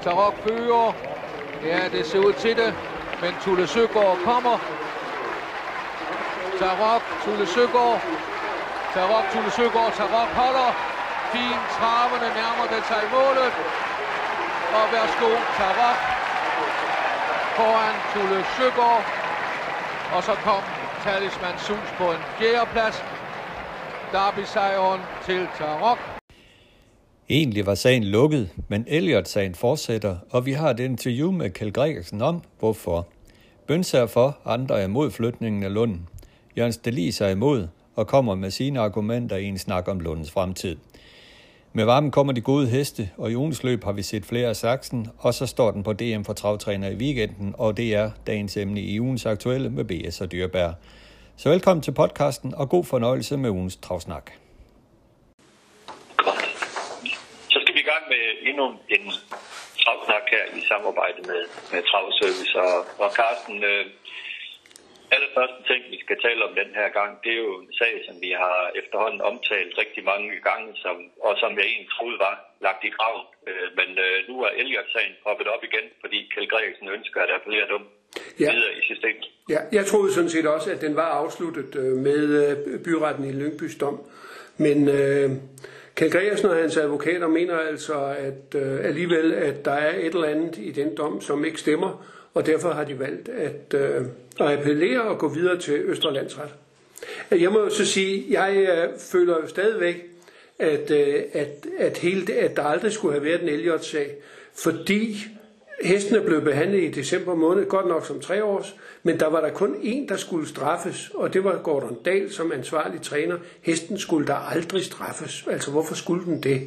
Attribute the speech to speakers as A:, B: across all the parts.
A: Tarok fører. Ja, det ser ud til det. Men Tulle Søgaard kommer. Tarok, Tulle Søgaard. Tarok, Tulle Søgaard. Tarok holder. Fint traverne nærmer den sig i målet. Og værsgo, Tarok foran Tulle Søgaard. Og så kom Talisman Sus på en fjerdeplads. Derby-sejren til Tarok.
B: Egentlig var sagen lukket, men Elliot-sagen fortsætter, og vi har et interview med Kjeld Gregersen om, hvorfor. Bøns er for, andre er imod flytningen af Lunden. Jørgen Stelis er imod og kommer med sine argumenter i en snak om Lundens fremtid. Med varmen kommer de gode heste, og i ugens løb har vi set flere af saksen, og så står den på DM for travtræner i weekenden, og det er dagens emne i ugens aktuelle med BS og Dyrbær. Så velkommen til podcasten, og god fornøjelse med ugens travsnak.
C: Godt. Så skal vi i gang med endnu en travsnak her i samarbejde med Travservice. Og Carsten, allerførste ting, vi skal tale om den her gang, det er jo en sag, som vi har efterhånden omtalt rigtig mange gange, som jeg egentlig troede var lagt i graven. Men nu er Elliot-sagen poppet op igen, fordi Kjeld Gregersen ønsker at appellere dem videre i systemet.
D: Ja, jeg troede sådan set også, at den var afsluttet med byretten i Lyngbys dom. Men Kjeld Gregersen og hans advokater mener altså at alligevel, at der er et eller andet i den dom, som ikke stemmer, og derfor har de valgt at appellere og gå videre til Østre Landsret. Jeg må jo så sige, jeg føler jo stadigvæk, at der aldrig skulle have været en Elliot-sag, fordi hesten er blevet behandlet i december måned, godt nok som 3 års, men der var der kun én, der skulle straffes, og det var Gordon Dahl som ansvarlig træner. Hesten skulle der aldrig straffes. Altså, hvorfor skulle den det?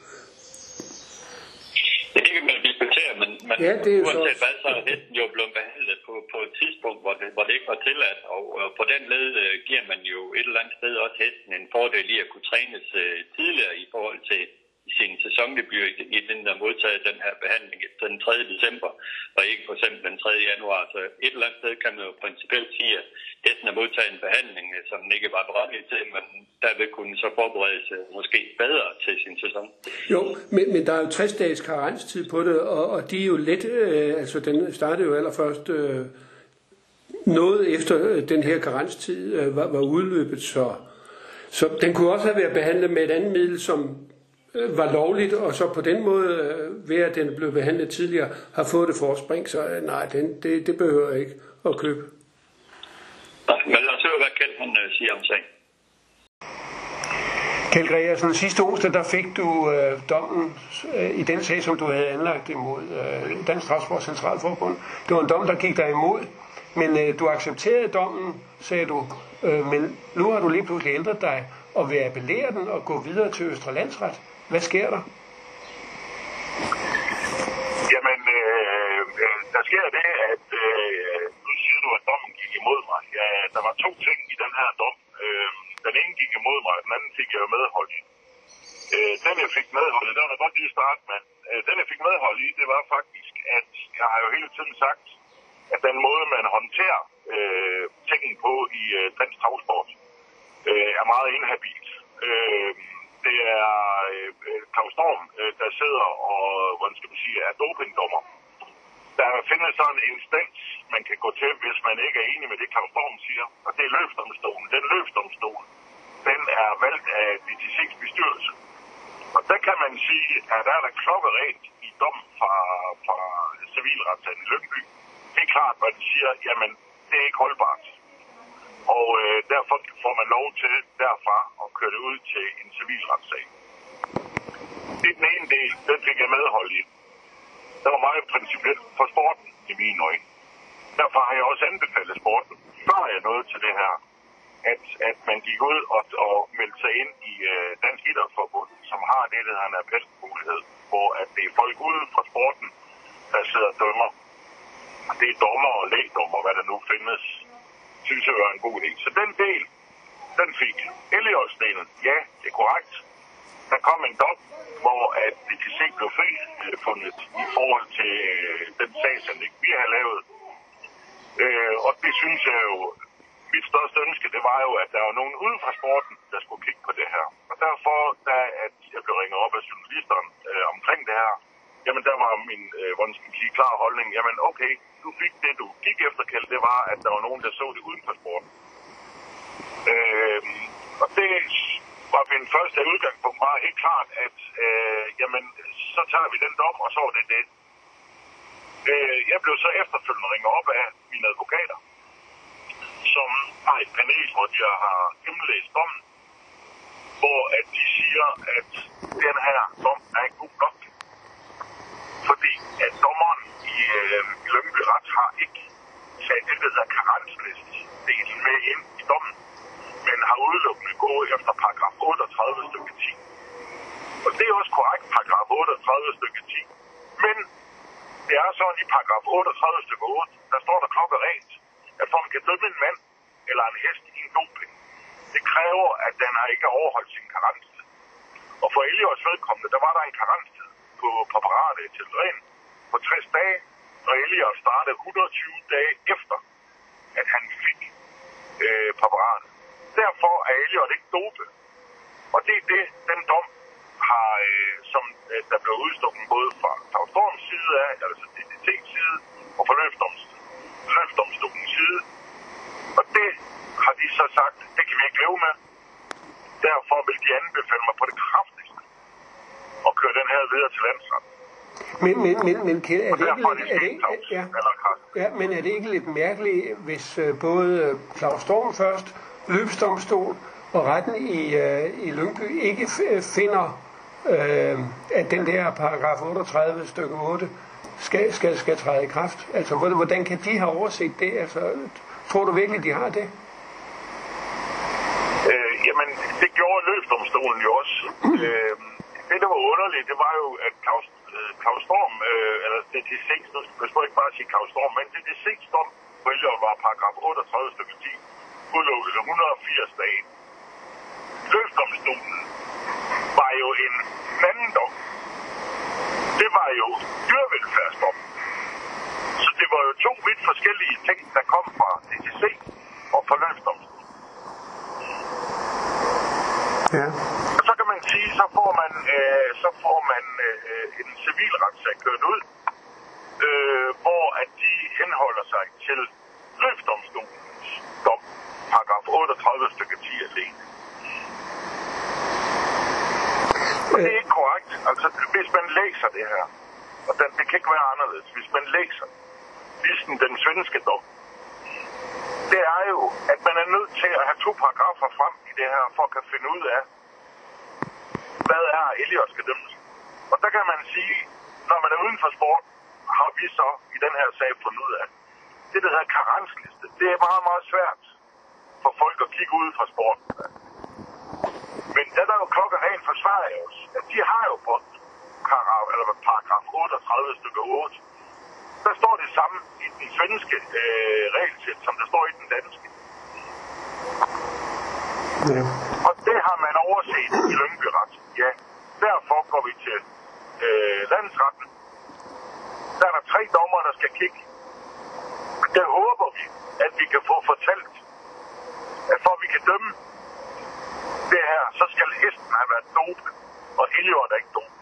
C: Det kan man diskutere, men
D: ja, det er jo
C: uanset hvad, så er hesten jo blevet behandlet på et tidspunkt, hvor det ikke var tilladt, og på den led giver man jo et eller andet sted også hesten en fordel i at kunne trænes tidligere i forhold til sin sæsondebut i den, der modtaget den her behandling den 3. december, og ikke for eksempel den 3. januar. Så et eller andet sted kan man jo principielt sige, at hesten har modtaget en behandling, som den ikke var berettiget til, men derved kunne så forberede sig måske bedre til sin sæson.
D: Jo, men der er jo 60 dages karenstid på det, og de er jo let, altså den startede jo allerførst noget efter den her karenstid var udløbet, så den kunne også have været behandlet med et andet middel, som var lovligt, og så på den måde, ved at den blev behandlet tidligere, har fået det forspring, så nej, det behøver jeg ikke at købe.
C: Men lad os høre, hvad Kjeld siger om sagen.
D: Kjeld Gregersen, sidste onsdag, der fik du dommen i den sag, som du havde anlagt imod Dansk Travsport Centralforbund. Det var en dom, der gik dig imod, men du accepterede dommen, sagde du, men nu har du lige pludselig ændret dig og vil appellere den og gå videre til Østre Landsret. Hvad sker der?
E: Jamen, der sker det, at nu siger du, at dommen gik imod mig. Ja, der var 2 ting i den her dom. Den ene gik imod mig, og den anden fik jeg medhold i. Den jeg fik medhold i, det var da godt lige starte med. Den jeg fik medhold i, det var faktisk, at jeg har jo hele tiden sagt, at den måde, man håndterer tingene på i dansk travsport, er meget inhabilt. Det er Claus Storm, der sidder og, hvordan skal man sige, er dopingdommer. Der findes sådan en instans, man kan gå til, hvis man ikke er enig med det, Claus Storm siger. Og det er løbsdomstolen. Den løbsdomstol, den er valgt af DTC's bestyrelse. Og der kan man sige, at der er der klokkerent i dom fra civilretssagen i Lyngby. Det er klart, hvad den siger, jamen, det er ikke holdbart. Og derfor får man lov til derfra at køre det ud til en civilretssag. Det er den ene del, den fik jeg medhold i. Det var meget principielt for sporten i mine øjne. Derfor har jeg også anbefalet sporten, før jeg nåede til det her, at man gik ud og meldte sig ind i Dansk Idrætsforbund, som har det, der hedder en appelmulighed, hvor at det er folk ude fra sporten, der sidder og dømmer. Det er dommer og lægdommer, hvad der nu findes, synes jeg var en god idé. Så den del, den fik Elliot-delen. Ja, det er korrekt. Der kom en dom, hvor at DTC blev frifundet i forhold til den sagsændring, vi har lavet. Og det synes jeg jo, mit største ønske, det var jo, at der var nogen uden fra sporten, der skulle kigge på det her. Og derfor, da at jeg blev ringet op af journalisterne omkring det her, jamen der var min, hvordan skal man sige, klar holdning, jamen okay, du fik det, du gik efter, Kjeld, det var, at der var nogen, der så det uden for sporten. Og det var min første udgangspunkt, var helt klart, at jamen, så tager vi den dom, og så var det det. Jeg blev så efterfølgende ringet op af mine advokater, som har et panel, hvor de har gennemlæst dommen, hvor at de siger, at den her dom er ikke god nok. Fordi at dommeren i Lyngby Ret har ikke taget det, der hedder karensliste med ind i dommen, men har udelukkende gået efter paragraf 38 stykke 10. Og det er også korrekt, paragraf 38 stykke 10. Men det er sådan i paragraf 38 stykke 8, der står der klokkerent, at for man kan dømme en mand eller en hest i en doping, det kræver, at den har ikke overholdt sin karenstid. Og for Eliots vedkommende, der var der en karenstid på præparatet til ren på 60 dage, og Eliot startede 120 dage efter, at han fik præparatet. Derfor er Elliot ikke dopet. Og det er det, den dom har, som der blev udstukket både fra Claus Storms side af, altså DDT's side, og fra løbsdomstolens side. Og det har de så sagt, det kan vi ikke leve med. Derfor vil de anbefale mig på det kraftigste og køre den her videre til landsret.
D: Men Kjeld, men er det ikke lidt mærkeligt, hvis både Claus Storm først, løbsdomstol og retten i Lyngby ikke finder, at den der paragraf 38 stykke 8 skal træde i kraft? Altså, hvordan kan de have overset det? Altså, tror du virkelig, de har det?
E: Jamen, det gjorde løbsdomstolen jo også. Det, der var underligt, det var jo, at Claus Storm, eller DDC's, nu skal jeg ikke bare sige Claus Storm, men DDC's dom var paragraf 38 stykke 10, udelukket 180 dage. Løbsdomstolen var jo en anden dom. Det var jo dyrevelfærdsdom. Så det var jo to vidt forskellige ting, der kom fra DDC og fra løbsdomstolen.
D: Ja.
E: Og så kan man sige, så får man en civilretssag kørt ud, hvor at de henholder sig til løbsdomstolens dom, paragraf 38 stykke 10 alene. Og det er ikke korrekt. Altså, hvis man læser det her, og det kan ikke være anderledes, hvis man læser ligesom den svenske dom, det er jo, at man er nødt til at have to paragrafer frem i det her, for at kan finde ud af, hvad er Elliot skal dømmes. Og der kan man sige, når man er uden for sport, har vi så i den her sag fundet ud af, det der hedder karensliste, det er meget, meget svært for folk at kigge ud fra sporten. Men der er jo klokkerent for Sverige også, at de har jo på paragraf 38 stykke 8, der står det samme i den svenske regelsæt, som der står i den danske.
D: Ja.
E: Og det har man overset i Lyngby Ret. Ja, derfor går vi til landsretten. Der er der 3 dommere, der skal kigge. Der håber vi, at vi kan få fortalt, at for at vi kan dømme det her, så skal hesten have været dopet, og Elliot er ikke dopet.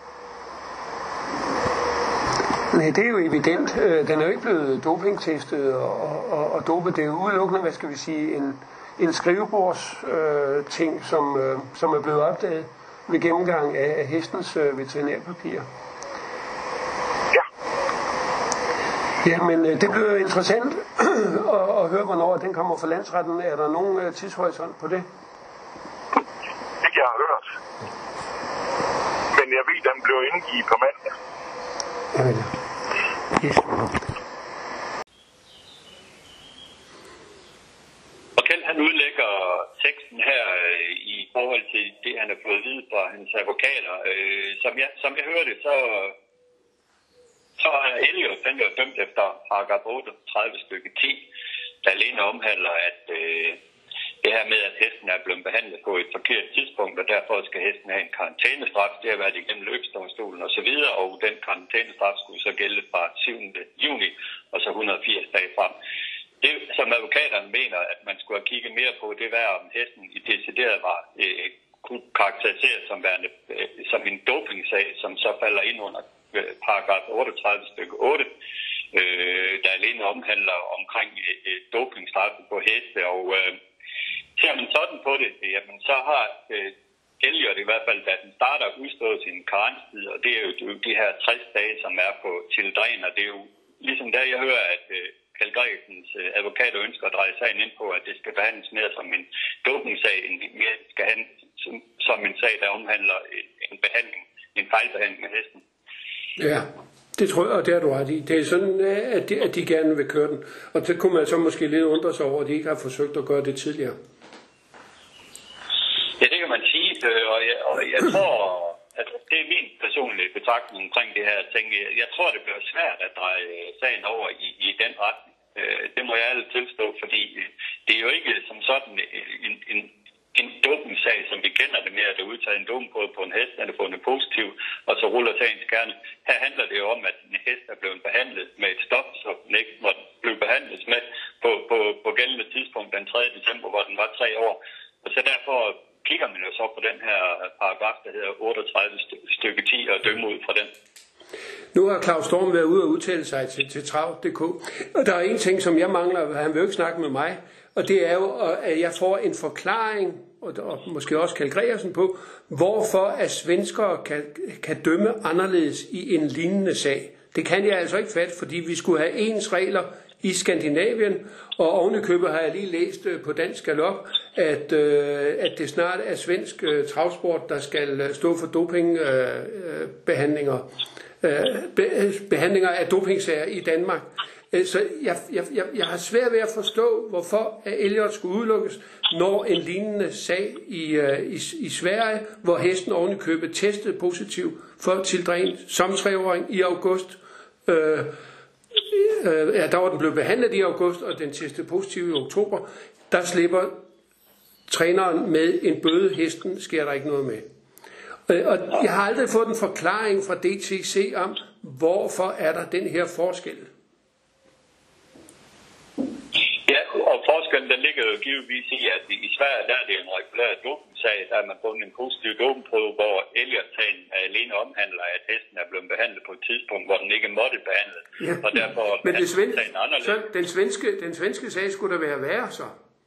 D: Nej, det er jo evident. Den er jo ikke blevet dopingtestet og dopet. Det er jo udelukkende, hvad skal vi sige, en skrivebords ting, som er blevet opdaget ved gennemgang af hestens veterinærpapir.
E: Ja.
D: Ja, men det bliver interessant at høre, hvornår den kommer fra landsretten. Er der nogen tidshorisont på det?
E: Ikke jeg har hørt. Men jeg ved, den blev indgivet på mandag.
D: Jamen, yes.
C: Og Kjeld, han udlægger teksten her i forhold til det, han har fået at vide fra hans advokater. Som jeg hørte det, så er Elliot, han er dømt efter paragraf 38 stykke 10, der alene omhandler, at det her med, at hesten er blevet behandlet på et forkert tidspunkt, og derfor skal hesten have en karantænestraf. Det har været igennem løbsdomstolen og så videre, og den karantænestraf skulle så gælde fra 7. juni og så 180 dage frem. Det, som advokaterne mener, at man skulle have kigget mere på, det var, om hesten i decideret var kunne karakteriseres som værende som en dopingsag, som så falder ind under paragraf 38 stykke 8, der alene omhandler omkring dopingstraffe på heste. Og ser man sådan på det, jamen så har Elliot i hvert fald, da den starter, udstået sin karenstid, og det er jo de her 60 dage, som er på Tildren, og det er jo ligesom der, jeg hører, at Kjeld Gregersens advokater ønsker at dreje sagen ind på, at det skal behandles mere som en dopingsag, end mere skal have som en sag, der omhandler en fejlbehandling af hesten.
D: Ja, det tror jeg, og det har du ret i. Det er sådan, at de gerne vil køre den. Og det kunne man så måske lidt undre sig over, at de ikke har forsøgt at gøre det tidligere.
C: Ja, det kan man sige, og jeg tror, at det er min personlige betragtning omkring det her ting. Jeg tror, det bliver svært at dreje sagen over i den retning. Det må jeg alle tilstå, fordi det er jo ikke som sådan en dopingsag, som vi kender det med, at der udtager en dopingprøve på en hest, der er fundet positiv, og så ruller sagens kerne. Her handler det jo om, at en hest er blevet behandlet med et stof, som den ikke måtte blive behandlet med på gældende tidspunkt den 3. december, hvor den var 3 år. Og så derfor kigger man jo så på den her paragraf, der hedder 38 stykke 10, og dømme ud fra den.
D: Nu har Claus Storm været ude og udtale sig til Trav.dk, og der er en ting, som jeg mangler, han vil jo ikke snakke med mig, og det er jo, at jeg får en forklaring, og måske også Kjeld Gregersen på, hvorfor at svenskere kan dømme anderledes i en lignende sag. Det kan jeg altså ikke fatte, fordi vi skulle have ens regler i Skandinavien, og ovenikøbet har jeg lige læst på Dansk Galop, at det snart er svensk travsport, der skal stå for behandlinger af dopingsager i Danmark. Så jeg har svært ved at forstå, hvorfor Elliot skulle udelukkes, når en lignende sag i Sverige, hvor hesten ovenikøbet testede positiv for Tildren som 3-åring i august. Der var den blevet behandlet i august, og den testede positiv i oktober. Der slipper træneren med en bøde. Hesten sker der ikke noget med. Og jeg har aldrig fået en forklaring fra DTC om, hvorfor er der den her forskel.
C: Ja, og forskellen den ligger jo givetvis i, at i Sverige der er det en regulær dopingsag, der er man fundet en positiv dopingprøve, hvor Elliot-sagen alene omhandler, at hesten er blevet behandlet på et tidspunkt, hvor den ikke måtte behandlet.
D: Ja,
C: og derfor
D: men den svenske sag skulle da være værre så?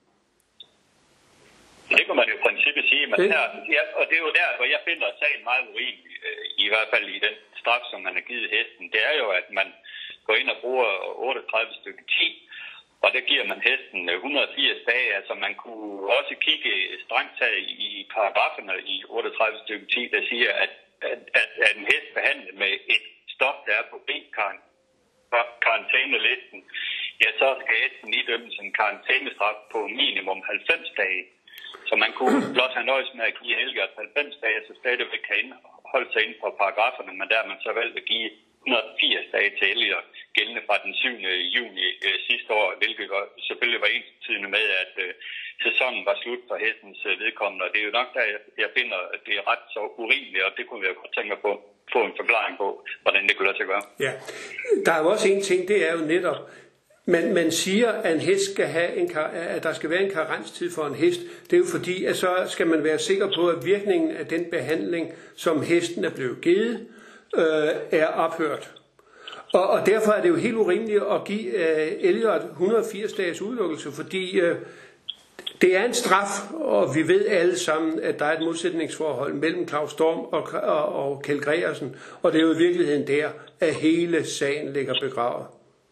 C: Det kan man jo i princippet sige, men her, ja, og det er jo der, hvor jeg finder sagen meget urimelig, i hvert fald i den straf, som man har givet hesten. Det er jo, at man går ind og bruger 38 stykke 10, og der giver man hesten 180 dage. Altså man kunne også kigge strengt taget i paragraferne i 38 stykke 10, der siger, at en hest behandlet med et stof, der er på karantænelisten, ja, så skal hesten idømmes en karantænestraf på minimum 90 dage. Så man kunne blot have nøjes med at give Elliot 90 dage, så stadigvæk kan holde sig inden for paragraferne, men der man så valgt at give 180 dage til Elliot, gældende fra den 7. juni sidste år, hvilket selvfølgelig var ensbetydende med, at sæsonen var slut for hestens vedkommende. Og det er jo nok der, jeg finder, at det er ret så urimeligt, og det kunne vi jo godt tænke på få en forklaring på, hvordan det kunne lade sig gøre.
D: Ja, der er jo også en ting, det er jo netop, man siger, at en hest skal have at der skal være en karenstid for en hest. Det er jo fordi, at så skal man være sikker på, at virkningen af den behandling, som hesten er blevet givet, er ophørt. Og derfor er det jo helt urimeligt at give Elliot 180 dages udelukkelse, fordi det er en straf, og vi ved alle sammen, at der er et modsætningsforhold mellem Claus Storm og Kjeld Gregersen, og det er jo i virkeligheden der, at hele sagen ligger begravet.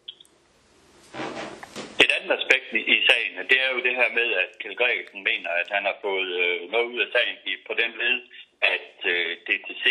C: Et andet aspekt i sagen, det er jo det her med, at Kjeld Gregersen mener, at han har fået noget ud af sagen på den led, at DTC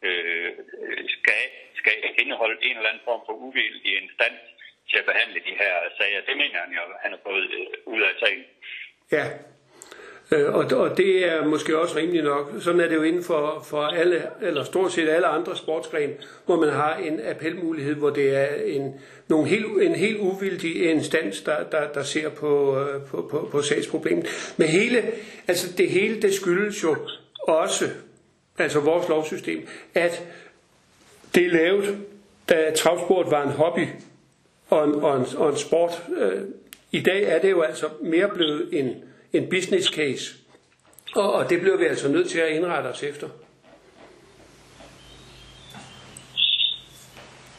C: skal indeholde en eller anden form for uvildig instans til at behandle de her sager. Det mener han jo, at han har fået ud af sagen.
D: Ja, og det er måske også rimeligt nok. Sådan er det jo inden for alle, eller stort set alle andre sportsgrene, hvor man har en appelmulighed, hvor det er en helt uvildig instans, der ser på sagsproblemet. Men det hele, det skyldes jo også, altså vores lovsystem, at det er lavet, da travsport var en hobby og en sport. I dag er det jo altså mere blevet en business case, og det bliver vi altså nødt til at indrette os efter.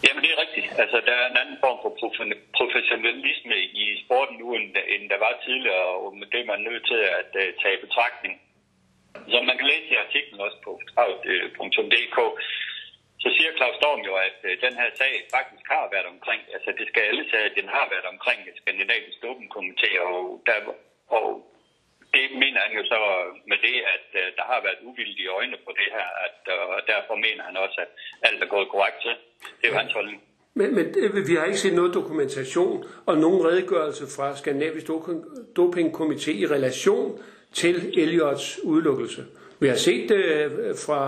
C: Jamen, det er rigtigt. Altså, der er en anden form for professionalisme i sporten nu, end der var tidligere, og det er man nødt til at tage i betragtning. Som man kan læse i artiklen også på travlt.dk, så siger Claus Storm jo, at den her sag faktisk har været omkring, altså det skal alle sige, at den har været omkring et skandinavisk dopingkomité, og det mener han jo så med det, at der har været uvildige øjne på det her, og derfor mener han også, at alt er gået korrekt til. Det er jo hans holdning.
D: Men vi har ikke set noget dokumentation og nogen redegørelse fra Skandinavisk Dopingkomité i relation til Elliots udelukkelse. Vi har set det fra,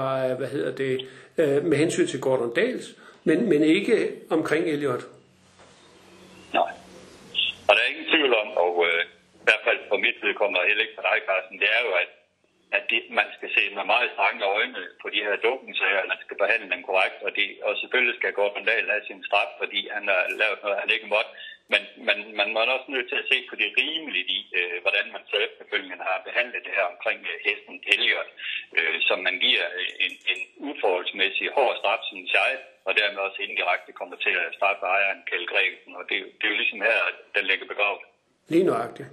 D: med hensyn til Gordon Dahls, men ikke omkring Elliot.
C: Nej. Og der er ingen tvivl om, og i hvert fald for mit vedkommende, og heller ikke for dig, Carsten, det er jo, at man skal se med meget strange øjne på de her dopingsager, man skal behandle dem korrekt, og selvfølgelig skal Gordon Dahl have sin straf, fordi han har lavet noget, han ikke måtte. Men man må også nødt til at se på det rimeligt i, hvordan man så efterfølgende har behandlet det her omkring hesten Elliot, som man giver en uforholdsmæssig hård straf, synes jeg, og dermed også indirekte kommer til at straffe ejeren Kjeld Gregersen, og det er jo ligesom her, at den ligger begravet.
D: Lige nøjagtigt.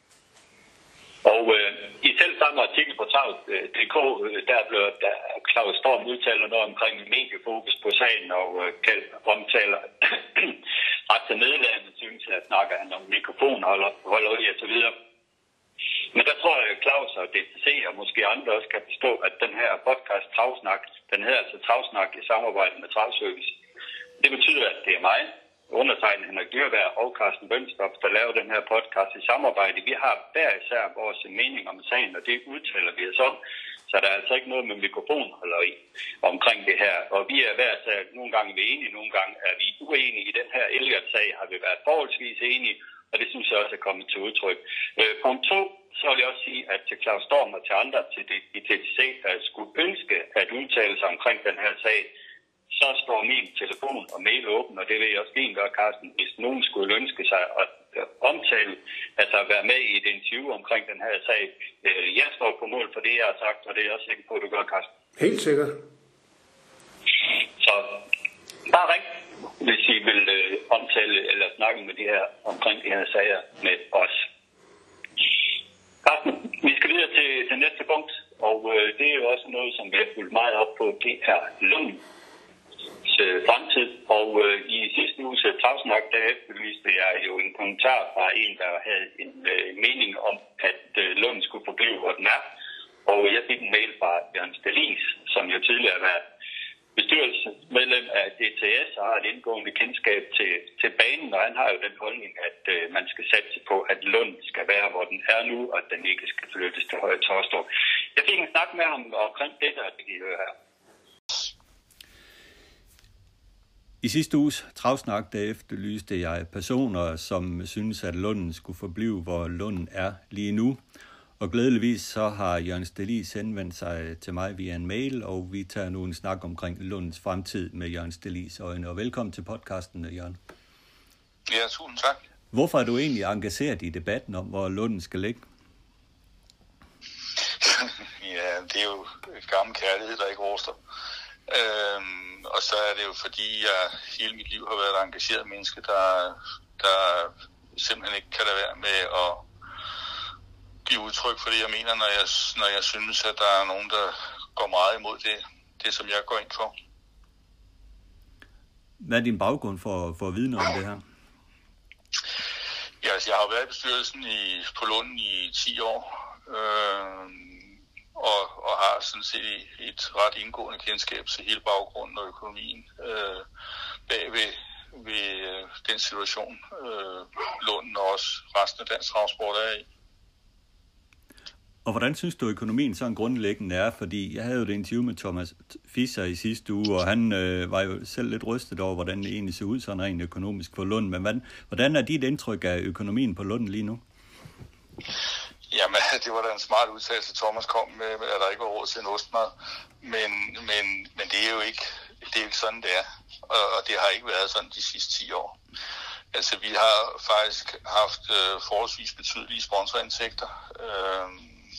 C: Og i selv samme artikel på travlt.dk, der blev Claus Storm udtaler noget omkring mediefokus på sagen, og omtaler ret til nedladende, synes jeg, snakker han om mikrofonholder og så videre. Men der tror jeg, at Claus og DTC og måske andre også kan forstå, at den her podcast Travsnak, den hedder altså Travsnak i samarbejde med Travservice. Det betyder, at det er mig, undertegnet Henrik Dyrberg og Carsten Bønstof, der laver den her podcast i samarbejde. Vi har hver især vores mening om sagen, og det udtaler vi os om. Så der er altså ikke noget med mikrofonholderi omkring det her. Og vi er hver især, nogle gange er vi enige, nogle gange er vi uenige. I den her Elliot-sag har vi været forholdsvis enige, og det synes jeg også er kommet til udtryk. Punkt 2, så vil jeg også sige, at til Claus Storm og til andre i TTC, der skulle ønske at udtale sig omkring den her sag, så står min telefon og mail åben, og det vil jeg også fint gøre, Carsten, hvis nogen skulle ønske sig at omtale, altså at være med i et interview omkring den her sag. Jeg står på mål for det, jeg har sagt, og det er jeg også sikker på, at du gør, Carsten.
D: Helt sikkert.
C: Så bare ring, hvis I vil omtale eller snakke med de her omkring de her sager med os. Carsten, vi skal videre til næste punkt, og det er jo også noget, som vi har fulgt meget op på, det er Lund fremtid, og i sidste uges Travsnak, der efterlyste jeg jo en kommentar fra en, der havde en mening om, at Lund skulle forblive, hvor den er, og jeg fik en mail fra Jørgen Stelins, som jo tidligere har været bestyrelsesmedlem af DTS og har et indgående kendskab til banen, og han har jo den holdning, at man skal satse på, at Lund skal være, hvor den er nu, og at den ikke skal flyttes til Høje Taastrup. Jeg fik en snak med ham omkring det, der kan I høre her.
B: I sidste uges Travsnak, der efterlyste jeg personer, som synes, at Lunden skulle forblive, hvor Lunden er lige nu. Og glædeligvis så har Jørgen Stelis henvendt sig til mig via en mail, og vi tager nu en snak omkring Lundens fremtid med Jørgen Stelis øjne. Og velkommen til podcasten, Jørgen.
F: Ja, tusind tak.
B: Hvorfor er du egentlig engageret i debatten om, hvor Lunden skal ligge?
F: Ja, det er jo gammel kærlighed, der ikke ruster. Og så er det jo fordi, jeg hele mit liv har været et engageret menneske, der simpelthen ikke kan lade være med at give udtryk for det, jeg mener, når jeg synes, at der er nogen, der går meget imod det som jeg går ind for.
B: Hvad er din baggrund for at vide noget om det her?
F: Ja, altså, jeg har været i bestyrelsen på Lunden i 10 år. Og har sådan set et ret indgående kendskab til hele baggrunden og økonomien bag ved den situation, Lunden og også resten af dansk travsport er i.
B: Og hvordan synes du, økonomien sådan grundlæggende er? Fordi jeg havde jo et interview med Thomas Fischer i sidste uge, og han var jo selv lidt rystet over, hvordan det egentlig ser ud sådan rent økonomisk for Lunden. Men hvordan er dit indtryk af økonomien på Lunden lige nu?
F: Jamen, det var da en smart udtalelse, Thomas kom med, at der ikke var råd til en ostmad. Men det er jo ikke sådan, det er. Og det har ikke været sådan de sidste 10 år. Altså, vi har faktisk haft forholdsvis betydelige sponsorindtægter.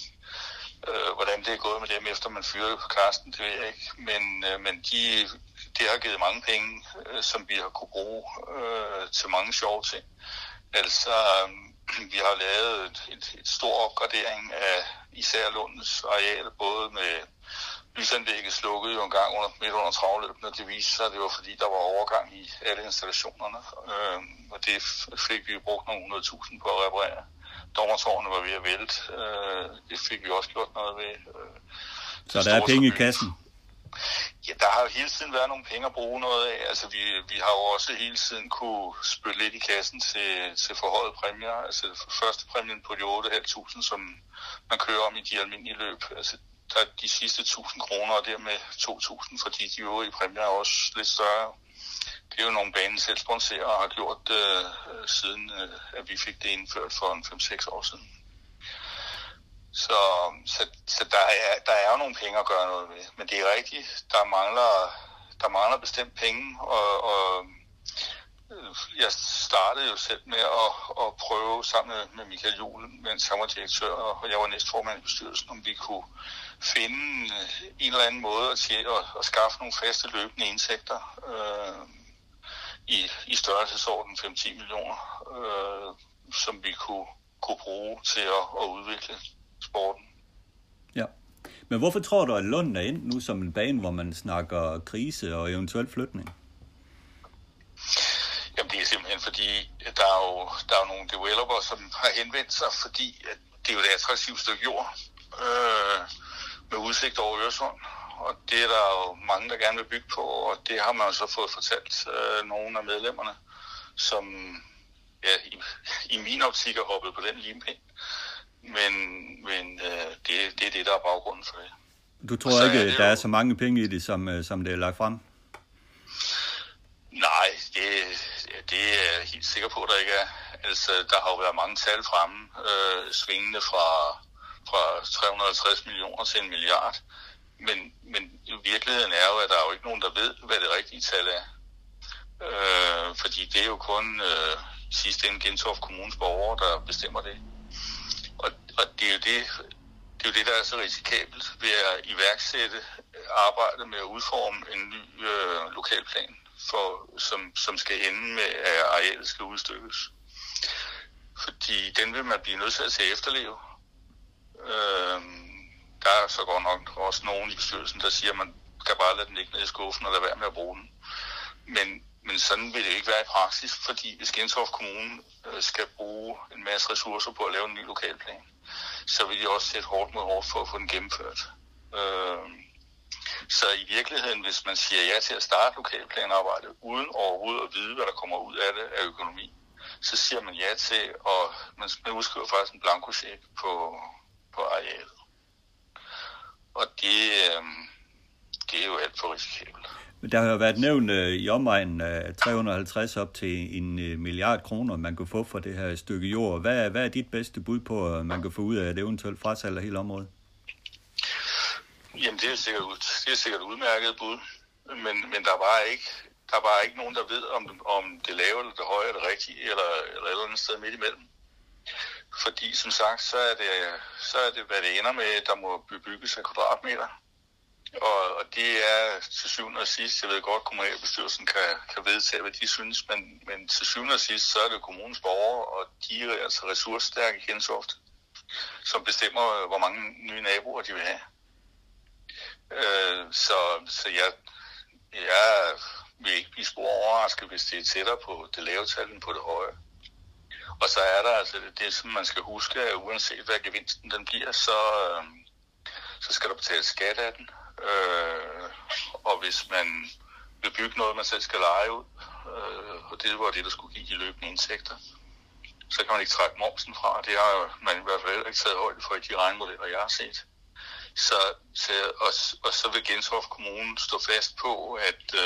F: Hvordan det er gået med dem, efter man fyrede på Carsten, det ved jeg ikke. Men det har givet mange penge, som vi har kunne bruge til mange sjove ting. Altså, vi har lavet et stor opgradering af især Lundens areal, både med lysanlægget slukkede jo en gang midt under travløbet, og det viste sig, at det var fordi, der var overgang i alle installationerne, og det fik vi brugt nogle 100.000 på at reparere. Dommertårnet var ved at vælte, det fik vi også gjort noget ved.
B: Så der er penge i kassen?
F: Ja, der har jo hele tiden været nogle penge at bruge noget af. Altså, vi har jo også hele tiden kunne spytte lidt i kassen til forhøjet præmier. Altså, første præmien på de 8.500, som man kører om i de almindelige løb. Altså, der er de sidste 1.000 kroner, og dermed 2.000, fordi de øvrige præmier er også lidt større. Det er jo nogle banen selv sponsorer og har gjort siden, at vi fik det indført for 5-6 år siden. Så der er jo nogle penge at gøre noget ved. Men det er rigtigt, der mangler bestemt penge, og jeg startede jo selv med at prøve sammen med Michael Juhl, mens han var direktør, og jeg var næstformand i bestyrelsen, om vi kunne finde en eller anden måde til at skaffe nogle faste løbende indtægter i størrelsesorden 5-10 millioner, som vi kunne bruge til at udvikle sporten.
B: Ja. Men hvorfor tror du, at Lund er endt nu som en bane, hvor man snakker krise og eventuel flytning?
F: Jamen det er simpelthen fordi, der er jo nogle developer, som har henvendt sig, fordi at det er jo et attraktivt stykke jord med udsigt over Øresund. Og det er der jo mange, der gerne vil bygge på, og det har man jo så fået fortalt nogle af medlemmerne, som i min optik er hoppet på den limpind. Men det er det, der er baggrunden for det.
B: Du tror ikke, at der er så mange penge i det, som det er lagt frem?
F: Nej, det er jeg helt sikker på, at der ikke er. Altså, der har jo været mange tal fremme, svingende fra 350 millioner til 1 milliard. Men virkeligheden er jo, at der er jo ikke nogen, der ved, hvad det rigtige tal er. Fordi det er jo kun i sidste ende Gentofte Kommunes borgere, der bestemmer det. Og det er jo det, der er så risikabelt ved at iværksætte arbejdet med at udforme en ny lokalplan, som skal ende med, at arealet skal udstykkes. Fordi den vil man blive nødt til at efterleve. Der er så godt nok også nogen i bestyrelsen, der siger, at man kan bare lade den ligge ned i skuffen og lade være med at bruge den. Men sådan vil det ikke være i praksis, fordi hvis Gentofte Kommune skal bruge en masse ressourcer på at lave en ny lokalplan, så vil de også sætte hårdt mod hårdt for at få den gennemført. Så i virkeligheden, hvis man siger ja til at starte lokalplanarbejdet, uden overhovedet at vide, hvad der kommer ud af det af økonomi, så siger man ja til, og man udskriver faktisk en blankocheck på arealet. Og det er jo alt for risikabelt.
B: Der har jo været nævnt i omegnen af 350 op til 1 milliard kroner, man kan få for det her stykke jord. Hvad er dit bedste bud på, at man kan få ud af et eventuelt frasalg af hele området?
F: Jamen, det er sikkert udmærket bud, men der er bare ikke nogen, der ved, om det lave eller det høje er det rigtige, eller et eller andet sted midt imellem. Fordi som sagt, så er det, hvad det ender med, der må bebygges af kvadratmeter. Og det er til syvende og sidst, jeg ved godt, at kommunalbestyrelsen kan vedtage, hvad de synes, men til syvende og sidst, så er det kommunens borgere, og de er altså ressourcestærke i Gentofte, som bestemmer, hvor mange nye naboer de vil have. Så jeg vil ikke blive spor overrasket, hvis det er tættere på det lave tal end på det høje. Og så er der altså det, som man skal huske, at uanset hvad gevinsten den bliver, så skal der betales skat af den. Og hvis man vil bygge noget, man selv skal leje ud, og det var det, der skulle give de løbende indtægter, så kan man ikke trække momsen fra. Det har man i hvert fald ikke taget højde for i de regnemodeller, jeg har set. Og så vil Gentofte Kommune stå fast på,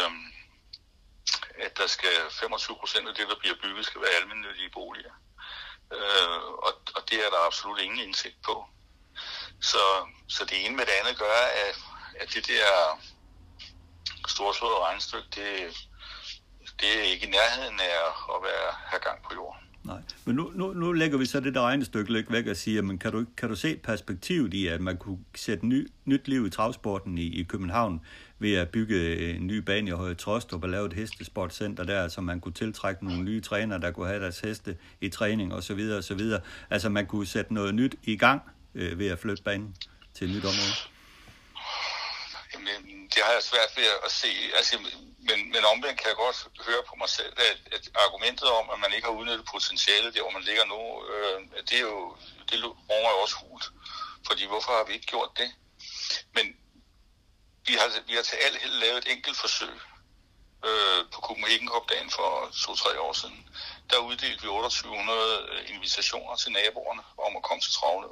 F: at der skal 25% af det, der bliver bygget, skal være almennyttige boliger. Og det er der absolut ingen indsigt på. Så det ene med det andet gør, at det der storslåede regnestykke, det er ikke i nærheden af at have gang på jorden.
B: Nej. Men nu lægger vi så det der regnestykke lidt væk og siger, men kan du se perspektivet i, at man kunne sætte nyt liv i travsporten i København ved at bygge en ny bane i Høje Taastrup og lave et hestesportcenter der, så man kunne tiltrække nogle nye trænere, der kunne have deres heste i træning osv. osv. Altså man kunne sætte noget nyt i gang ved at flytte banen til et nyt område.
F: Jamen, det har jeg svært ved at se. Altså, men omvendt kan jeg godt høre på mig selv, at argumentet om, at man ikke har udnyttet potentialet der, hvor man ligger nu, det runger jo også hult. Fordi hvorfor har vi ikke gjort det? Men vi har til alt held lavet et enkelt forsøg på Copenhagen Cup-dagen for 2-3 år siden. Der uddelte vi 2800 invitationer til naboerne om at komme til travløb.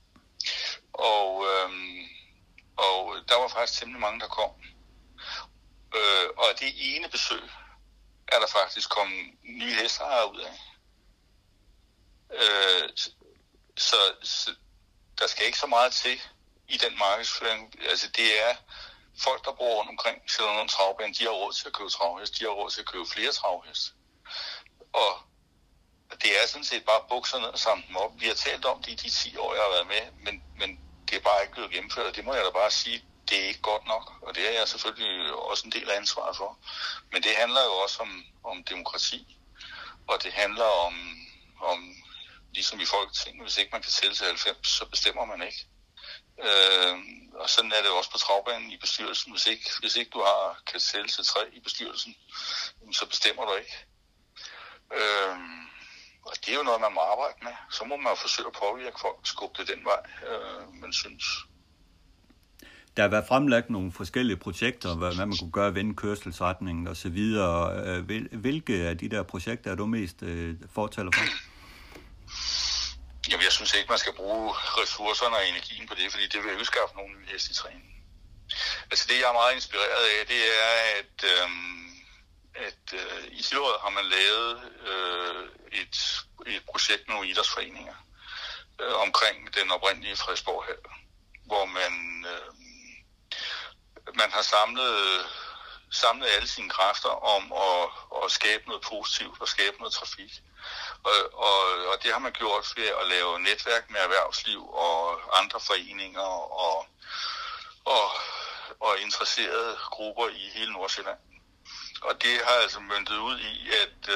F: Og der var faktisk temmelig mange, der kom. Og det ene besøg er der faktisk kommet nye hesteejere ud af. Så der skal ikke så meget til i den markedsføring. Altså det er folk, der bor rundt omkring Charlottenlund Travbane, de har råd til at købe travhest, de har råd til at købe flere travhest. Og det er sådan set bare bukser ned og samle dem op. Vi har talt om det i de 10 år, jeg har været med, men det er bare ikke blevet gennemført. Det må jeg da bare sige, det er ikke godt nok. Og det er jeg selvfølgelig også en del af ansvaret for. Men det handler jo også om demokrati. Og det handler om ligesom i Folketinget, hvis ikke man kan tælle til 90, så bestemmer man ikke. Og sådan er det jo også på travbanen i bestyrelsen. Hvis ikke du kan tælle til 3 i bestyrelsen, så bestemmer du ikke. Og det er jo noget, man må arbejde med. Så må man jo forsøge at påvirke folk, skubbe det den vej, man synes.
B: Der har været fremlagt nogle forskellige projekter, hvad man kunne gøre, vende kørselsretningen og så videre. Hvilke af de der projekter er du mest fortaler for?
F: Jamen, jeg synes ikke, man skal bruge ressourcerne og energien på det, fordi det vil jo skaffe nogle nye heste i træning. Altså det, jeg er meget inspireret af, det er, at i Hillerød har man lavet et projekt med nogle idrætsforeninger omkring den oprindelige Frederiksborghal, hvor man har samlet alle sine kræfter om at skabe noget positivt og skabe noget trafik. Og det har man gjort ved at lave netværk med erhvervsliv og andre foreninger og interesserede grupper i hele Nordsjælland. Og det har altså møntet ud i,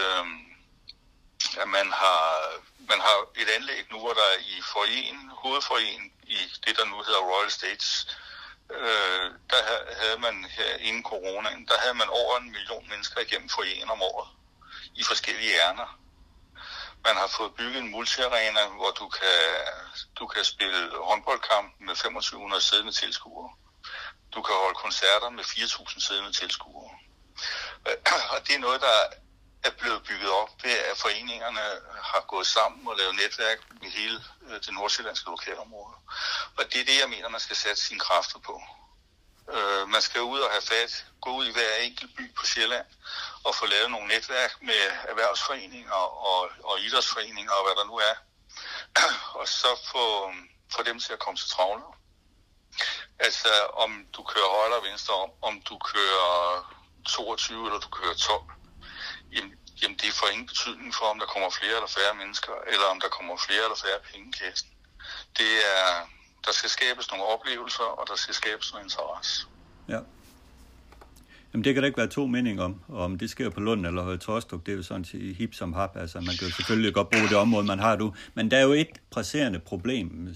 F: at man har et anlæg nu, hvor der i hovedforeningen i det, der nu hedder Royal States, der havde man her inden coronaen, der havde man over 1 million mennesker igennem foreningen om året i forskellige ærner. Man har fået bygget en multiarena, hvor du kan spille håndboldkamp med 2500 siddende tilskuere. Du kan holde koncerter med 4000 siddende tilskuere. Og det er noget, der er blevet bygget op ved, at foreningerne har gået sammen og lavet netværk med hele det nordsjællandske lokalområde. Og det er det, jeg mener, man skal sætte sine kræfter på. Man skal ud og gå ud i hver enkelt by på Sjælland og få lavet nogle netværk med erhvervsforeninger og idrætsforeninger og hvad der nu er. Og så få dem til at komme til travløb. Altså om du kører højre eller venstre om du kører 22 eller du kører 12, jamen det får ingen betydning for, om der kommer flere eller færre mennesker, eller om der kommer flere eller færre penge i kassen. Der skal skabes nogle oplevelser, og der skal skabes noget interesse. Ja.
B: Jamen det kan der ikke være to meninger om det sker på Lund eller Høje Taastrup, det er jo sådan hip som hap, altså man kan jo selvfølgelig godt bruge det område, man har nu, men der er jo et presserende problem,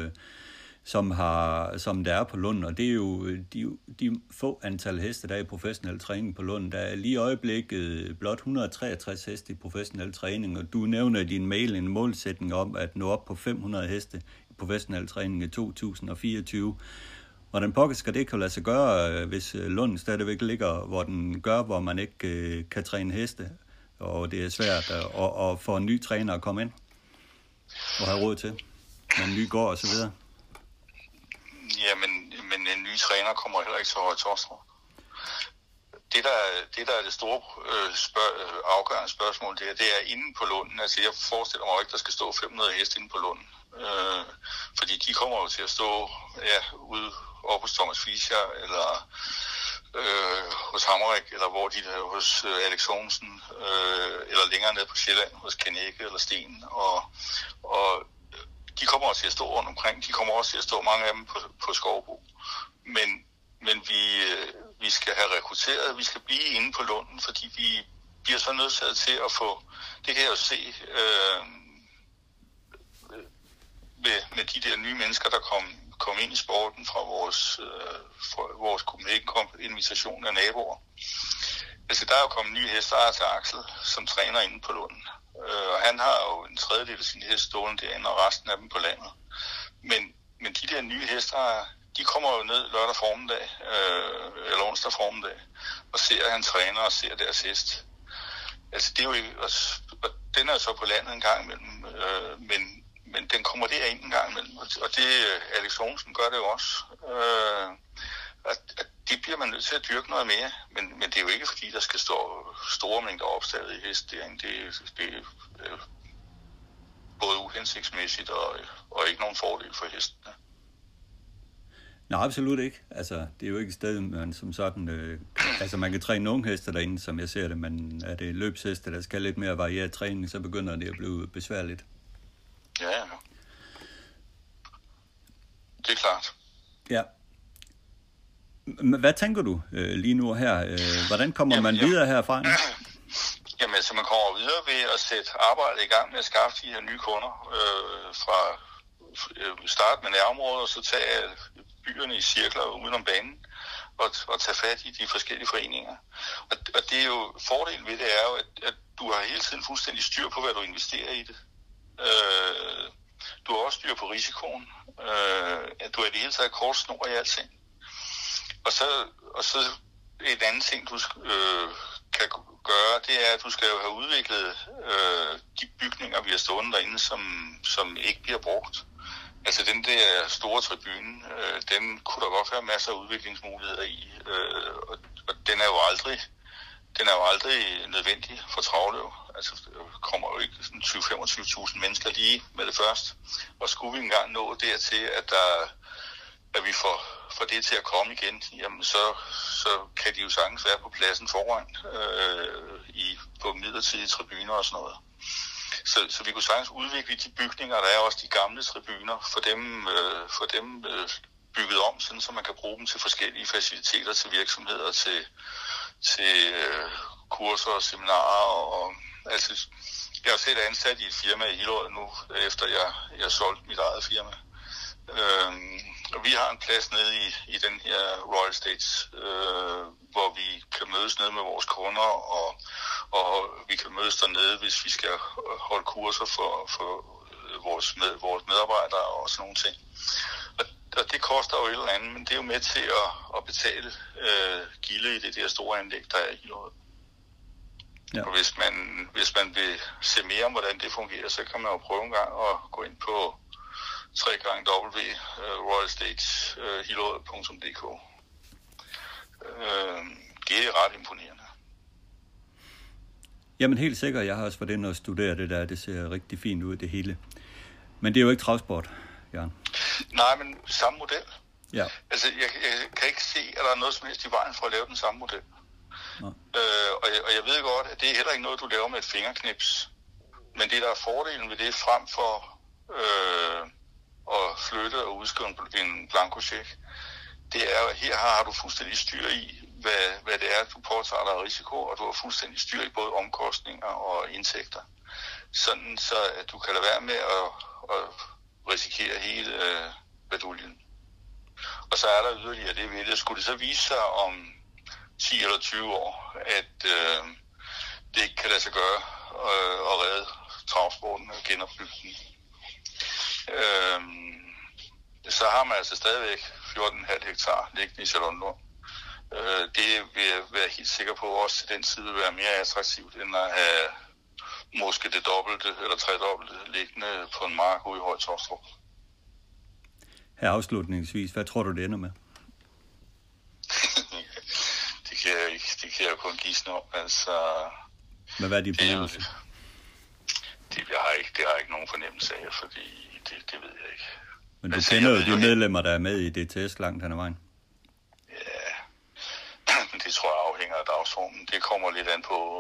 B: som der er på Lund, og det er jo de få antal heste, der er i professionel træning på Lund. Der er lige i øjeblikket blot 163 heste i professionel træning, og du nævner i din mail en målsætning om at nå op på 500 heste i professionel træning i 2024. Hvordan pokker skal det kan lade sig gøre, hvis Lund stadigvæk ligger, hvor den gør, hvor man ikke kan træne heste, og det er svært at få en ny træner at komme ind og have råd til, med en ny gård og så videre?
F: Ja, men en ny træner kommer heller ikke til Høje Taastrup. Det, der er det store afgørende spørgsmål, det er inde på Lunden. Altså, jeg forestiller mig ikke, der skal stå 500 heste inde på Lunden. Fordi de kommer jo til at stå ude oppe hos Thomas Fischer, eller hos Hammerik, eller hvor de der hos Alex Sorensen, eller længere ned på Sjælland hos Kanække eller Sten, og de kommer også til at stå rundt omkring. De kommer også til at stå, mange af dem, på Skovbo. Men vi skal have rekrutteret, vi skal blive inde på Lunden, fordi vi bliver så nødsaget til at få, det kan jeg jo se med de der nye mennesker, der kom ind i sporten fra vores Copenhagen-invitation af naboer. Altså, der er jo kommet nye hesteejere til Axel, som træner inde på Lunden. Og han har jo en tredjedel af sine heste stående derinde, og resten af dem på landet. Men de der nye hesteejere, de kommer jo ned lørdag formiddag, eller onsdag formiddag, og ser, at han træner og ser deres hest. Altså, det er jo ikke, og den er jo så på landet en gang imellem, men den kommer derind en gang imellem, og det Alex Sorensen gør det jo også. At det bliver man nødt til at dyrke noget mere, men det er jo ikke fordi, der skal stå store mængder opstallet i hest derinde. Det er både uhensigtsmæssigt og ikke nogen fordel for hestene.
B: Nej, absolut ikke. Altså, det er jo ikke et sted, man som sådan... altså, man kan træne nogle heste derinde, som jeg ser det, men er det løbsheste, der skal lidt mere varieret træning, så begynder det at blive besværligt.
F: Ja. Det er klart.
B: Ja. Hvad tænker du lige nu her? Hvordan kommer man videre herfra?
F: Jamen, altså, man kommer videre ved at sætte arbejdet i gang med at skaffe de her nye kunder fra start med nærområdet, og så tage byerne i cirkler udenom banen og tage fat i de forskellige foreninger. Og det er jo, fordelen ved det er jo, at du har hele tiden fuldstændig styr på, hvad du investerer i det. Du har også styr på risikoen. At du er i det hele taget kort snor i alting. Og så et andet ting, du kan gøre, det er, at du skal jo have udviklet de bygninger, vi har stående derinde, som ikke bliver brugt. Altså den der store tribune, den kunne der godt være masser af udviklingsmuligheder i, og den er jo aldrig nødvendig for travløb. Altså der kommer jo ikke sådan 20-25.000 mennesker lige med det første. Og skulle vi engang nå dertil, at vi får det til at komme igen, jamen så kan de jo sagtens være på pladsen foran på midlertidige tribuner og sådan noget. Så vi kunne sagtens udvikle de bygninger, der er også de gamle tribuner, for dem bygget om, sådan så man kan bruge dem til forskellige faciliteter, til virksomheder, til kurser og seminarer. Og altså, jeg har selv ansat i et firma i Hillerød nu, efter jeg solgte mit eget firma. Og vi har en plads nede i den her Royal States, hvor vi kan mødes nede med vores kunder, og vi kan mødes dernede, hvis vi skal holde kurser for vores medarbejdere og sådan nogle ting. Og det koster jo et eller andet, men det er jo med til at betale gilde i det der store anlæg, der er i Hillerød. Ja. Og hvis man vil se mere om, hvordan det fungerer, så kan man jo prøve en gang at gå ind på www.royalstateshillerød.dk. Det er ret imponerende.
B: Jamen helt sikkert, jeg har også været inde og studere det der, det ser rigtig fint ud det hele. Men det er jo ikke travsport, Jørgen.
F: Nej, men samme model.
B: Ja.
F: Altså, jeg kan ikke se, at der er noget som helst i vejen for at lave den samme model. Og jeg ved godt, at det er heller ikke noget, du laver med et fingerknips. Men det, der er fordelen ved det, frem for at flytte og udskrive en blankocheck, det er jo, at her har du fuldstændig styr i, hvad det er, du påtager dig af risiko, og du har fuldstændig styr i både omkostninger og indtægter. Sådan så, at du kan lade være med at risikere hele baduljen. Og så er der yderligere det ved det. Skulle det så vise sig om 10 eller 20 år, at det ikke kan lade sig gøre at redde travsporten og genopbygge den, så har man altså stadigvæk 14,5 hektar liggende i Charlottenlund. Det vil jeg være helt sikker på, også til den side vil være mere attraktivt, end at have måske det dobbelte eller tredobbelte liggende på en mark ude i Høje-Taastrup.
B: Her afslutningsvis, hvad tror du det ender med?
F: Det kan jeg ikke. Det kan jeg kun gisne om. Altså,
B: men hvad er din fornemmelse?
F: Det har jeg ikke nogen fornemmelse af, fordi det ved jeg ikke.
B: Men du kender jo de medlemmer, der er med i DTS langt hen ad vejen.
F: Ja, travsportsformen. Det kommer lidt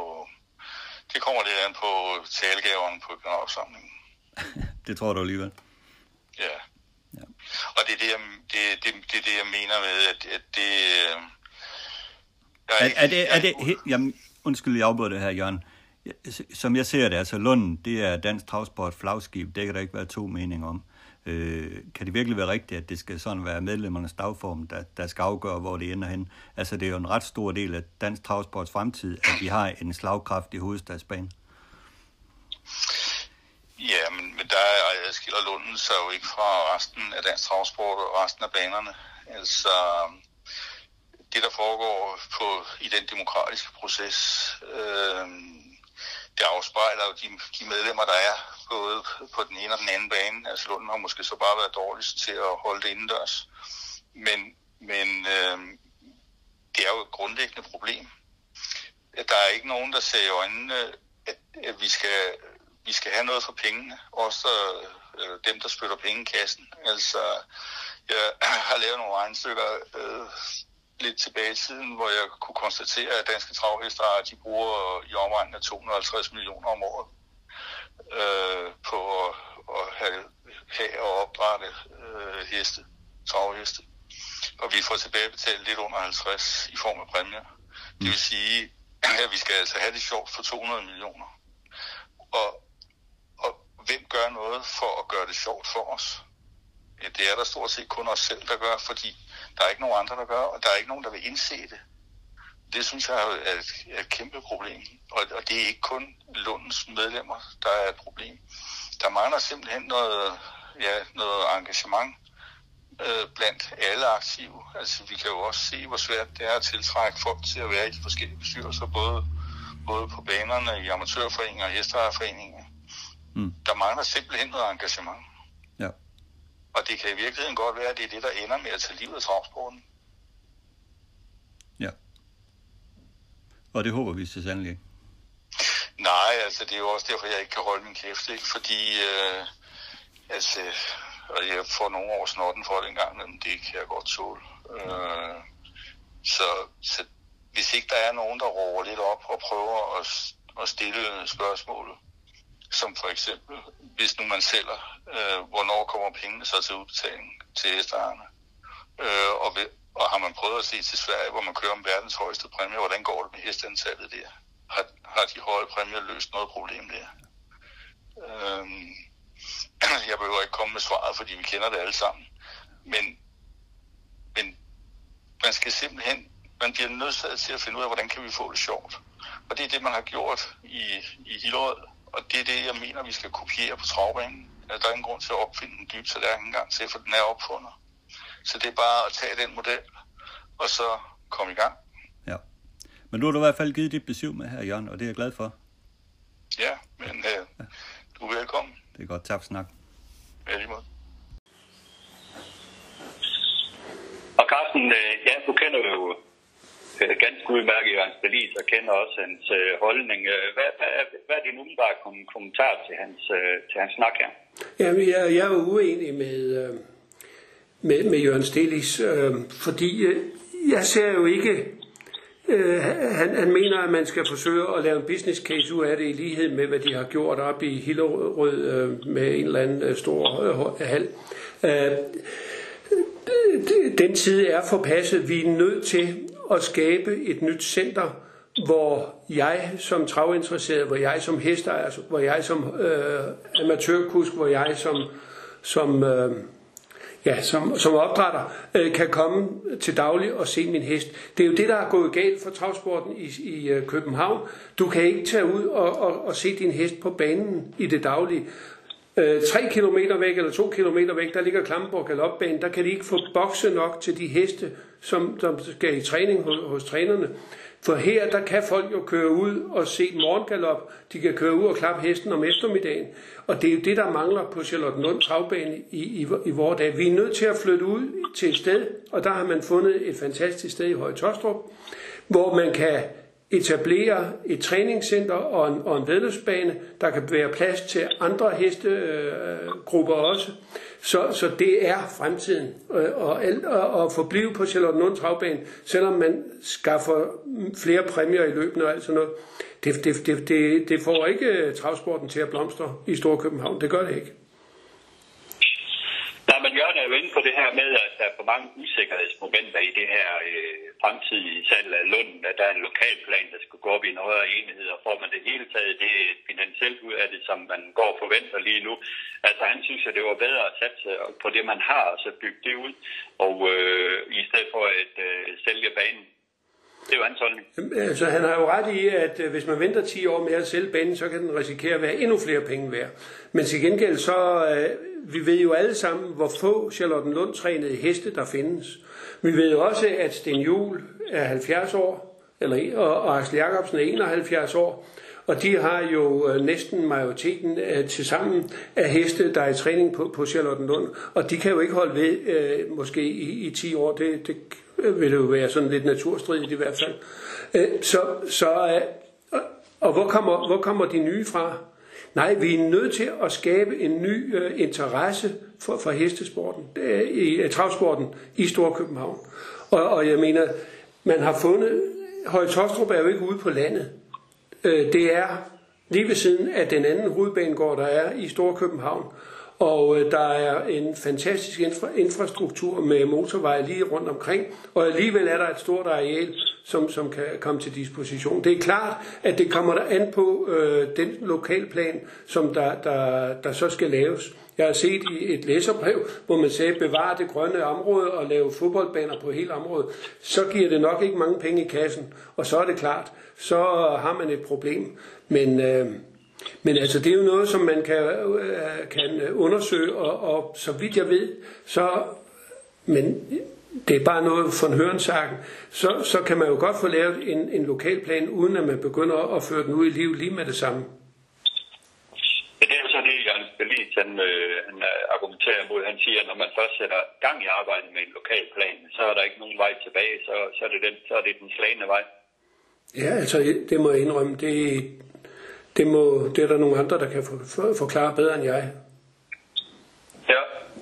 F: an på talegaverne på generalforsamlingen.
B: Det tror du alligevel?
F: Ja. Og det er det, jeg mener med, at det...
B: Jamen, undskyld, jeg afbryder det her, Jørgen. Som jeg ser det, altså Lunden, det er dansk travsport flagskib. Det kan der ikke være to meninger om. Kan det virkelig være rigtigt, at det skal sådan være medlemmernes dagform, der skal afgøre, hvor det ender hen? Altså, det er jo en ret stor del af dansk travsports fremtid, at de har en slagkraftig hovedstadsbane.
F: Ja, men der skiller Lunden sig jo ikke fra resten af dansk travsport og resten af banerne. Altså, det der foregår i den demokratiske proces, det afspejler jo de medlemmer, der er både på den ene og den anden bane. Altså Lunden har måske så bare været dårligst til at holde det indendørs. Men det er jo et grundlæggende problem. Der er ikke nogen, der ser i øjnene, at vi skal have noget for pengene. Også dem, der spytter penge i kassen. Altså, jeg har lavet nogle regnestykker lidt tilbage i tiden, hvor jeg kunne konstatere, at danske travhesteejere, de bruger i omegnen af 250 millioner om året på at have og opdrætte heste, travheste. Og vi får tilbagebetalt lidt under 50 i form af præmier. Det vil sige, at vi skal altså have det sjovt for 200 millioner. Og hvem gør noget for at gøre det sjovt for os? Ja, det er der stort set kun os selv, der gør, fordi der er ikke nogen andre, der gør, og der er ikke nogen, der vil indse det. Det synes jeg er et kæmpe problem. Og det er ikke kun Lundens medlemmer, der er et problem. Der mangler simpelthen noget engagement blandt alle aktive. Altså vi kan jo også se, hvor svært det er at tiltrække folk til at være i de forskellige bestyrelser, både på banerne, i amatørforeninger og hesteejerforeninger. Der mangler simpelthen noget engagement.
B: Ja.
F: Og det kan i virkeligheden godt være, at det er det, der ender med at tage livet af travsporten. Ja.
B: Og det håber vi så sandelig ikke.
F: Nej, altså det er jo også derfor, jeg ikke kan holde min kæft, ikke? Fordi og jeg får nogle år snotten for det engang, men det kan jeg godt tåle. Så hvis ikke der er nogen, der råber lidt op og prøver at stille spørgsmålet, som for eksempel, hvis nu man sælger, hvornår kommer pengene så til udbetaling til hesteejerne? Og har man prøvet at se til Sverige, hvor man kører om verdens højeste præmie, hvordan går det med hestantallet der? Har de høje præmier løst noget problem der? Jeg behøver ikke komme med svaret, fordi vi kender det alle sammen. Men man skal simpelthen, man bliver nødsaget til at finde ud af, hvordan kan vi få det sjovt. Og det er det, man har gjort i Hillerød. Og det er det, jeg mener, vi skal kopiere på travbanen. Der er ingen grund til at opfinde en dyb tallerken engang til, for den er opfundet. Så det er bare at tage den model, og så komme i gang.
B: Ja. Men nu har du i hvert fald givet dit besøg med her, Jørgen, og det er jeg glad for.
F: Ja, men du er velkommen.
B: Det er godt. Tak for snak.
F: Ja, lige måde.
C: Og Carsten, ja, du kender jo ganske udmærket Jørgen Stalin, og kender også hans holdning. Hvad er din umiddelbare kommentar til hans snak her?
D: Jamen, jeg er jo uenig med Jørgen Stilis, fordi jeg ser jo ikke, han mener, at man skal forsøge at lave en business case ud af det i lighed med, hvad de har gjort op i Hillerød med en eller anden stor hal. Den tid er forpasset. Vi er nødt til at skabe et nyt center, hvor jeg som travinteresseret, hvor jeg som hesteejer, hvor jeg som amatørkusk, hvor jeg som opdrætter kan komme til daglig og se min hest. Det er jo det, der er gået galt for travsporten i København. Du kan ikke tage ud og se din hest på banen i det daglige. 3 kilometer væk eller 2 kilometer væk, der ligger Klampenborg Galopbanen. Der kan de ikke få bokse nok til de heste, som skal i træning hos trænerne. For her, der kan folk jo køre ud og se morgengalop. De kan køre ud og klappe hesten om eftermiddagen. Og det er jo det, der mangler på Charlottenlund Travbane i vores dag. Vi er nødt til at flytte ud til et sted, og der har man fundet et fantastisk sted i Høje Taastrup, hvor man kan etablere et træningscenter og en væddeløbsbane. Der kan være plads til andre hestegrupper også. Så det er fremtiden at forblive på Charlottenlund Travbane, selvom man skaffer flere præmier i løbende og alt sådan noget. Det får ikke travsporten til at blomstre i Storkøbenhavn. Det gør det ikke.
C: Nej, men Jørgen er jo inde på det her med, at der er for mange usikkerhedsmomenter i det her fremtidige salg af Lunden, at der er en lokalplan, der skal gå op i en højere enhed, og får man det hele taget det finansielt ud af det, som man går og forventer lige nu. Altså han synes, at det var bedre at satse på det, man har, og så bygge det ud, og i stedet for at sælge banen. Det er jo hans holdning.
D: Altså, han har jo ret i, at hvis man venter 10 år med at sælge banen, så kan den risikere at være endnu flere penge værd. Men til gengæld så, vi ved jo alle sammen, hvor få Charlottenlund trænede heste der findes. Vi ved jo også, at Sten Juhl er 70 år, og Axel Jacobsen er 71 år. Og de har jo næsten majoriteten til sammen af heste, der er i træning på Charlottenlund. Og de kan jo ikke holde ved måske i 10 år. Det vil det jo være sådan lidt naturstridigt i hvert fald. Og hvor kommer de nye fra? Nej, vi er nødt til at skabe en ny interesse for hestesporten, i travsporten i Storkøbenhavn. Og jeg mener, man har fundet, Høje Taastrup er jo ikke ude på landet. Det er lige ved siden af den anden hovedbanegård, der er i Storkøbenhavn. Og der er en fantastisk infrastruktur med motorveje lige rundt omkring, og alligevel er der et stort areal, som kan komme til disposition. Det er klart, at det kommer der an på den lokalplan, som der så skal laves. Jeg har set i et læserbrev, hvor man sagde, bevare det grønne område og lave fodboldbaner på hele området. Så giver det nok ikke mange penge i kassen, og så er det klart, så har man et problem. Men altså, det er jo noget, som man kan undersøge, og så vidt jeg ved, men det er bare noget von Hørensagen, så kan man jo godt få lavet en lokalplan, uden at man begynder at føre den ud i liv lige med det samme.
C: Det er jo så det, Jørgen Skallis, han argumenterer mod. Han siger, at når man først sætter gang i arbejdet med en lokalplan, så er der ikke nogen vej tilbage, så er det den slagne vej.
D: Ja, altså, det må jeg indrømme, det er der nogle andre, der kan forklare bedre end jeg.
C: Ja.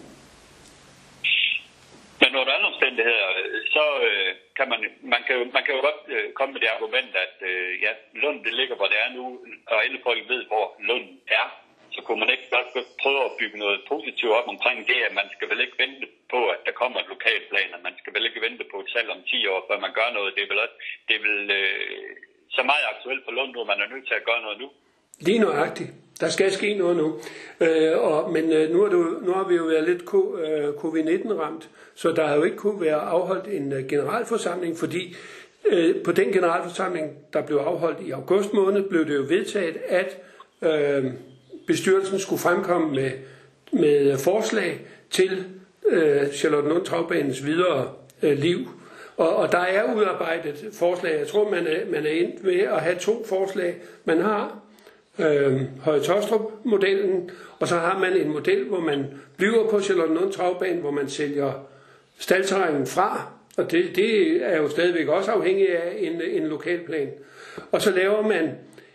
C: Men under andre omstændigheder, så kan man kan jo godt komme med det argument, at Lund det ligger, hvor det er nu, og alle folk ved, hvor Lund er. Så kunne man ikke godt prøve at bygge noget positivt op omkring det, at man skal vel ikke vente på, at der kommer et lokalplan, og man skal vel ikke vente på et salg om 10 år, før man gør noget. Det er vel så meget aktuelt for Lund nu, man er nødt til at gøre noget nu.
D: Lige nøjagtigt. Der skal ske noget nu. Men nu har vi jo været lidt covid-19 ramt, så der har jo ikke kunne være afholdt en generalforsamling, fordi på den generalforsamling, der blev afholdt i august måned, blev det jo vedtaget, at bestyrelsen skulle fremkomme med forslag til Charlottenlund Travbanens videre liv. Og der er udarbejdet forslag. Jeg tror, man er endt ved at have 2 forslag. Man har Høje Taastrup-modellen, og så har man en model, hvor man bliver på Charlottenlund Travbane, hvor man sælger staldterrænen fra, og det er jo stadigvæk også afhængig af en lokalplan. Og så laver man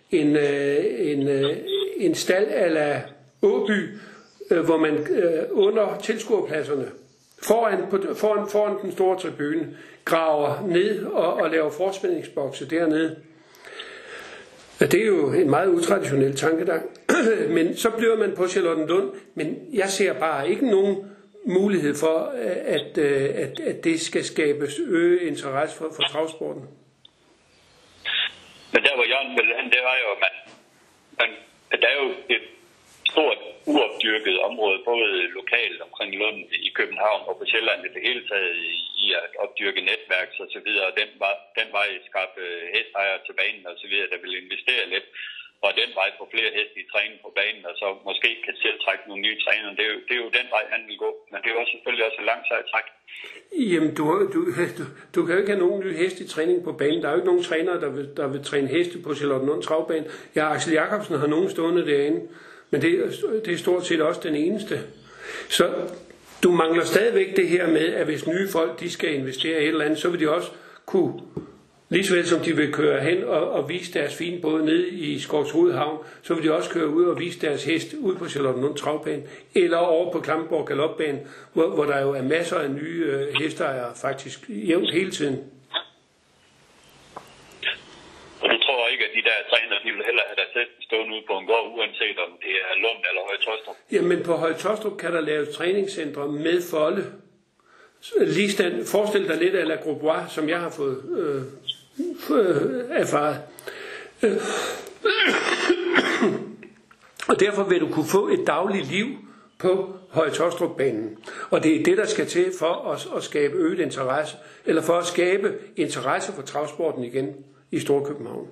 D: en stald a la Åby, hvor man under tilskuerpladserne foran den store tribune graver ned og laver forspændingsbokse dernede. Det er jo en meget utraditionel tankegang. Men så bliver man på Charlottenlund, men jeg ser bare ikke nogen mulighed for, at det skal skabes øget interesse for travsporten.
C: Men der hvor Jørgen ville hen, det var jo, at der er jo et stort uopdyrket område, både lokalt omkring Lund i København og på Sjælland i det hele taget, i at opdyrke netværk og så videre. Den vej skaffe hestejere til banen og så videre, der vil investere lidt. Og den vej få flere heste i træning på banen, og så måske kan tiltrække nogle nye trænere. Det er jo den vej, han vil gå. Men det er jo selvfølgelig også et langt sejt træk.
D: Jamen, du kan jo ikke have nogen nye heste i træning på banen. Der er jo ikke nogen trænere, der vil træne heste på Charlottenlund Travbane. Ja, Axel Jacobsen har nogen stående derinde. Men det er stort set også den eneste. Så du mangler stadigvæk det her med, at hvis nye folk de skal investere i et eller andet, så vil de også kunne Ligesåvel som de vil køre hen og vise deres fine båd ned i Skovshoved Havn, så vil de også køre ud og vise deres hest ud på Charlottenlund Travbane, eller over på Klampenborg Galopbane, hvor der jo er masser af nye hesteejere faktisk jævnt hele tiden.
C: Og du tror ikke, at de der træner, de vil hellere have deres hest stående ude på en gård, uanset om det er Lund eller Høje Taastrup?
D: Jamen på Høje Taastrup kan der laves træningscentre med folde. Forestil dig lidt af La Grosbois, som jeg har fået erfaret. Og derfor vil du kunne få et dagligt liv på Høje Taastrup-banen. Og det er det, der skal til for at skabe øget interesse, eller for at skabe interesse for travsporten igen i Storkøbenhavn.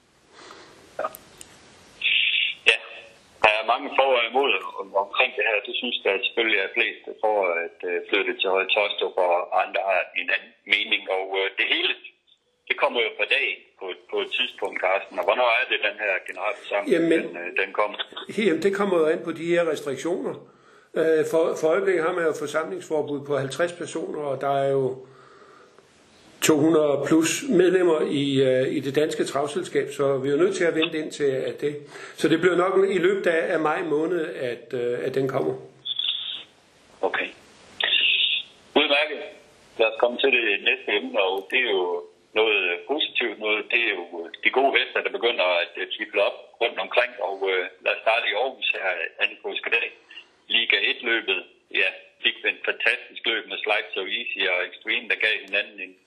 C: Ja, der er mange for og imod omkring det her. Det synes jeg selvfølgelig er flest for at flytte til Høje Taastrup, og andre har en anden mening. Og det hele, det kommer jo på dag på et tidspunkt, Carsten. Og hvornår er det, den her generalforsamling, den kommer?
D: Jamen, det kommer jo an på de her restriktioner. For øjeblikket har man jo forsamlingsforbud på 50 personer, og der er jo 200 plus medlemmer i det danske travselskab, så vi er nødt til at vente ind til at det. Så det bliver nok i løbet af maj måned, at den kommer.
C: Okay. Udmærket. Lad os komme til det næste emne, og det er jo noget positivt. Det er jo de gode hester, der begynder at triple op rundt omkring, og lad os starte i Aarhus her anden påskedag. Liga 1-løbet, ja, fik en fantastisk løb med Slide So Easy og Extreme, der gav hinanden en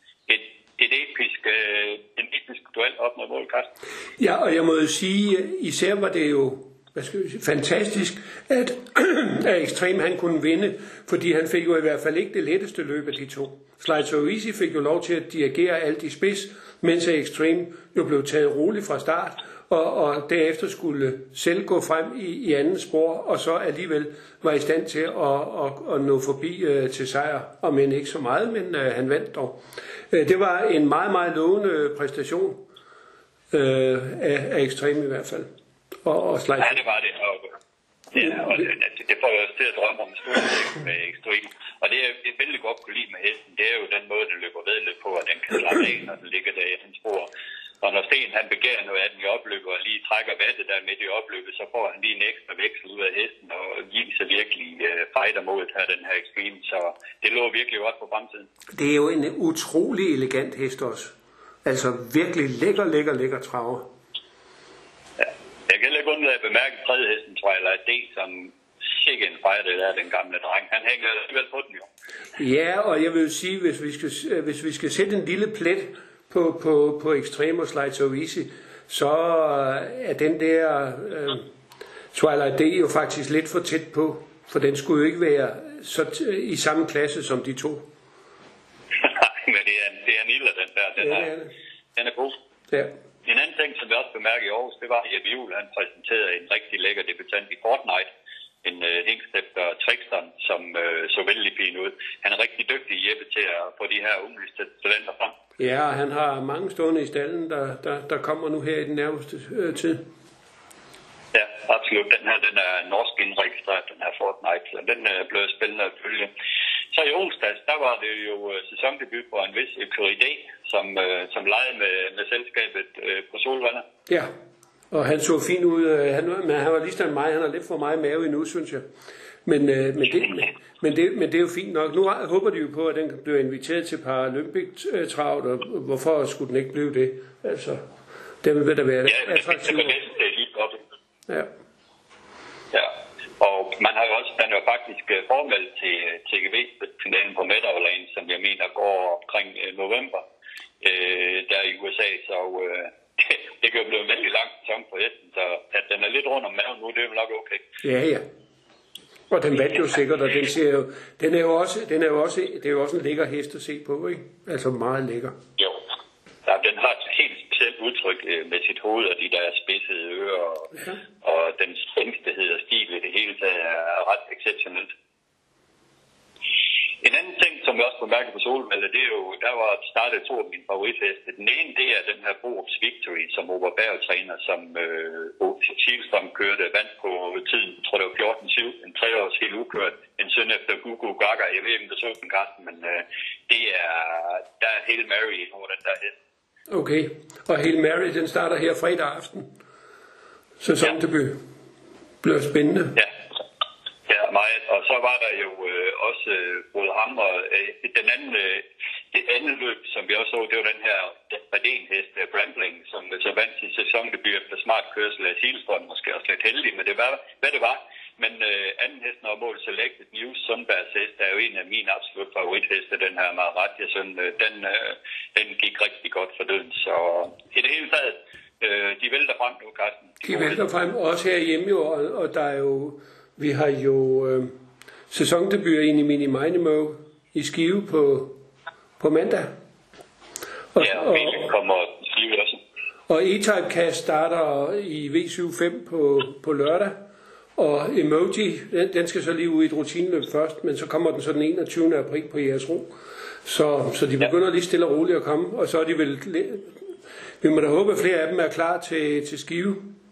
C: episk duel op mod mål, Carsten.
D: Ja, og jeg må jo sige, især var det jo fantastisk, at Extreme han kunne vinde, fordi han fik jo i hvert fald ikke det letteste løb af de to. Slide So Easy fik jo lov til at dirigere alt i spids, mens Extreme jo blev taget roligt fra start, og derefter skulle selv gå frem i anden spor, og så alligevel var i stand til at nå forbi til sejr, og men ikke så meget, men han vandt dog. Det var en meget, meget lovende præstation af Extreme i hvert fald. Og Slide.
C: Ja, det var det. Og det får jeg også til at drømme om stor med Extreme. Og det er vældig godt kunne lide med hesten. Det er jo den måde, den løber vedløb på, og den kan slappe af, når den ligger der i den spor. Og når Sten han begærer noget af den i opløbet, og lige trækker vattet der midt i opløbet, så får han lige en ekstra veksel ud af hesten, og viser virkelig fightermodet her, den her Extreme. Så det lå virkelig godt på fremtiden. Det
D: er jo en utrolig elegant hest også. Altså virkelig lækker traver.
C: Ja. Jeg kan ikke undlade at bemærke tredje hesten, Twilight D, som sikke en fighter der, den gamle dreng. Han hænger alligevel på den jo.
D: Ja, og jeg vil sige, hvis vi skal sætte en lille plet på Extreme og Slide So Easy, så er den der Twilight D jo faktisk lidt for tæt på, for den skulle jo ikke være i samme klasse som de to.
C: Nej, men det er en ildre, den der. Den er god.
D: Ja.
C: En anden ting, som jeg også bemærkede i Aarhus, det var, at Jeppe Juhl, han præsenterede en rigtig lækker debutant i Fortnite. En hængst efter Tricksteren, som så vældig fin ud. Han er rigtig dygtig, Jeppe, til at få de her unge talenter frem.
D: Ja, han har mange stående i stallen, der kommer nu her i den nærmeste tid.
C: Ja, absolut. Den her, den er norsk indregistreret, den her Fortnite, så den er blevet spændende at følge. Så i onsdags, der var det jo sæsondebut på en vis Curie, som legede med selskabet på Solvandet.
D: Ja, og han så fin ud, men han var ligesom mig, han har lidt for meget mave endnu, synes jeg. Men det er jo fint nok. Nu håber de jo på, at den bliver inviteret til Paralympic-travet, og hvorfor skulle den ikke blive det? Altså, det vil da være attraktivt.
C: Ja. Ja, og man har jo også, den er jo faktisk formeldt til TGV-finalen på Meadowlane, som jeg mener går omkring november, der i USA, så det kan jo blive en vældig lang sæson for hesten, så at den er lidt rundt om maven nu, det er jo nok okay.
D: Ja. Og den vandt jo sikkert, og den er jo også en lækker hest at se på, ikke? Altså meget lækker.
C: Jo. Ja, den har et helt specielt udtryk med sit hoved og de der spidsede ører, og den spændstighed og stil i det hele taget er ret exceptionelt. En anden ting, som jeg også bemærker på Solvalget, det er jo, der var startet to af mine favoritheste. Den ene, det er den her Borups Victory, som Robert Berg træner, som Kielstrøm kørte, vandt på tiden, jeg tror det var 14-7, en 3 års helt ukørt, en søn efter Gugu Gaga. Jeg ved ikke, om det så den, Carsten, men der er Hail Mary over den der hest.
D: Okay, og Hail Mary, den starter her fredag aften. Sæsondebut. Bliver spændende.
C: Ja. Ja, meget. Og så var der jo også både ham og det andet løb, som vi også så, det var den her Baden-hest Brambling, som så vandt sin sæsondebut efter smart kørsel af Silstrøm, måske også lidt heldig, men det var, hvad det var. Men anden hesten over mål Selected News, Sundbergs hest, er jo en af mine absolut favoritheste, den her Maharadja, den gik rigtig godt for døden. Så i det hele taget, de vælter frem nu, Carsten.
D: De vælter frem, også herhjemme jo, og der er jo, vi har jo sæsondebut ind i Mini Minimo i Skive på mandag. Og
C: kommer Skive også.
D: Og E-Type Cast starter i V75 på lørdag. Og Emoji, den skal så lige ud i et rutineløb først, men så kommer den så den 21. april på Jeresro. Så de begynder lige stille og roligt at komme, og så er de vel... Vi må da håbe, at flere af dem er klar til Skive.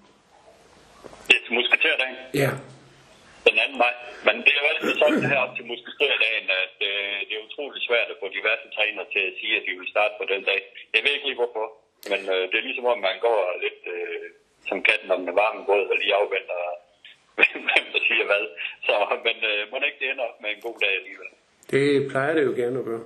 C: Det er til musketerdagen.
D: Ja.
C: Den anden vej. Men det er jo altid sådan her op til musketerdagen, at det er utroligt svært at få diverse trænere til at sige, at de vil starte på den dag. Jeg ved ikke lige hvorfor, men det er ligesom om, man går lidt som katten om den varme båd og lige afventer, hvem der siger hvad. Så, men må det ikke det ender op med en god dag alligevel?
D: Det plejer det jo gerne at gøre.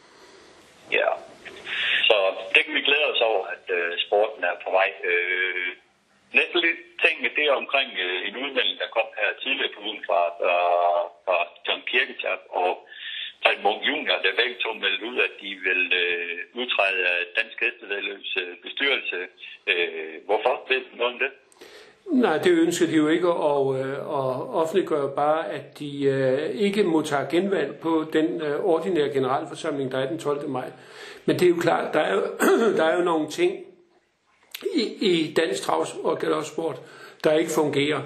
C: Ja. Så det kan vi glæde os over, at sporten er på vej. Næste ting, det er omkring en udmelding, der kom her tidligere på ugen fra John Kirketab og Preben Munk Junior, der begge to meldte ud, at de vil udtræde af Dansk Hestevæddeløbs bestyrelse. Hvorfor? Ved du noget om det?
D: Nej, det ønsker de jo ikke at offentliggøre, bare at de ikke modtager genvalg på den ordinære generalforsamling, der er den 12. maj. Men det er jo klart, der er jo nogle ting i dansk travs- og galopsport, der ikke fungerer.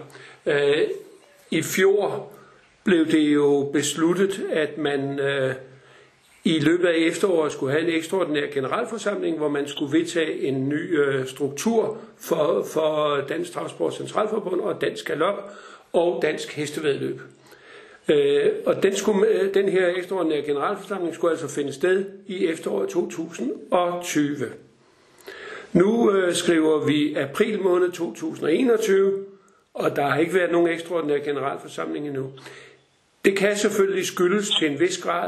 D: I fjor blev det jo besluttet, at man i løbet af efteråret skulle have en ekstraordinær generalforsamling, hvor man skulle vedtage en ny struktur for Dansk Travsport Centralforbund og Dansk Galop og Dansk Hestevæddeløb. Og den her ekstraordinære generalforsamling skulle altså finde sted i efteråret 2020. Nu skriver vi april måned 2021, og der har ikke været nogen ekstraordinær generalforsamling endnu. Det kan selvfølgelig skyldes til en vis grad,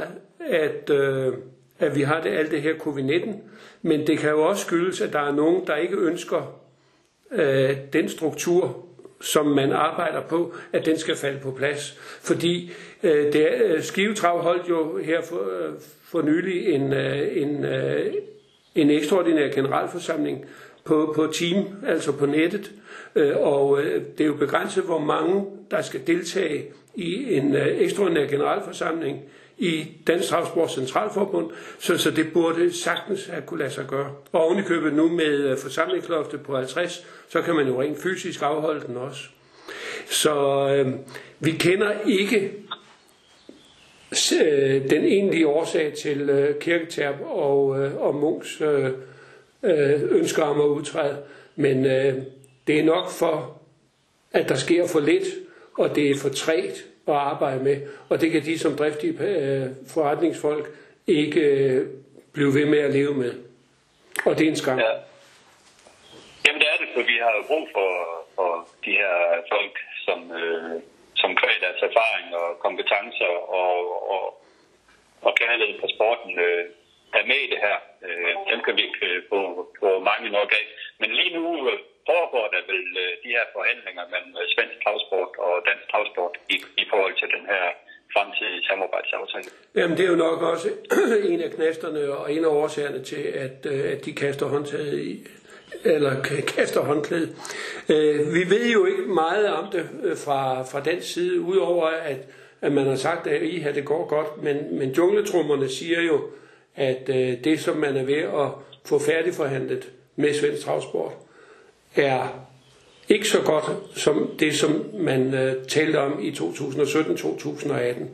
D: at vi har alt det her covid-19, men det kan jo også skyldes, at der er nogen, der ikke ønsker den struktur, som man arbejder på, at den skal falde på plads. Fordi Skive Trav holdt jo her for nylig en ekstraordinær generalforsamling på Team, altså på nettet, og det er jo begrænset, hvor mange der skal deltage i en ekstraordinær generalforsamling i Dansk Travsport Centralforbund, så det burde sagtens have kunne lade sig gøre. Og ovenikøbet nu med forsamlingsloftet på 50, så kan man jo rent fysisk afholde den også. Så vi kender ikke den egentlige årsag til Kirketab og Munks ønsker om at udtræde, men det er nok for, at der sker for lidt, og det er for trægt at arbejde med, og det kan de som driftige forretningsfolk ikke blive ved med at leve med. Og det er en skam.
C: Ja. Jamen det er det, for vi har jo brug for de her folk, som kvæg deres erfaring og kompetencer og kærlighed på sporten er med i det her. Dem kan vi ikke få mange nok af. Men lige nu foregår der vel de her forhandlinger mellem svensk travsport og dansk travsport i forhold til den her fremtidige samarbejdsaftale.
D: Jamen det er jo nok også en af knasterne og en af årsagerne til, at de kaster håndklædet. Vi ved jo ikke meget om det fra den side, udover at man har sagt, at det går godt, men jungletrummerne siger jo, at det, som man er ved at få færdigforhandlet med svensk travsport, er ikke så godt som det, som man talte om i 2017-2018.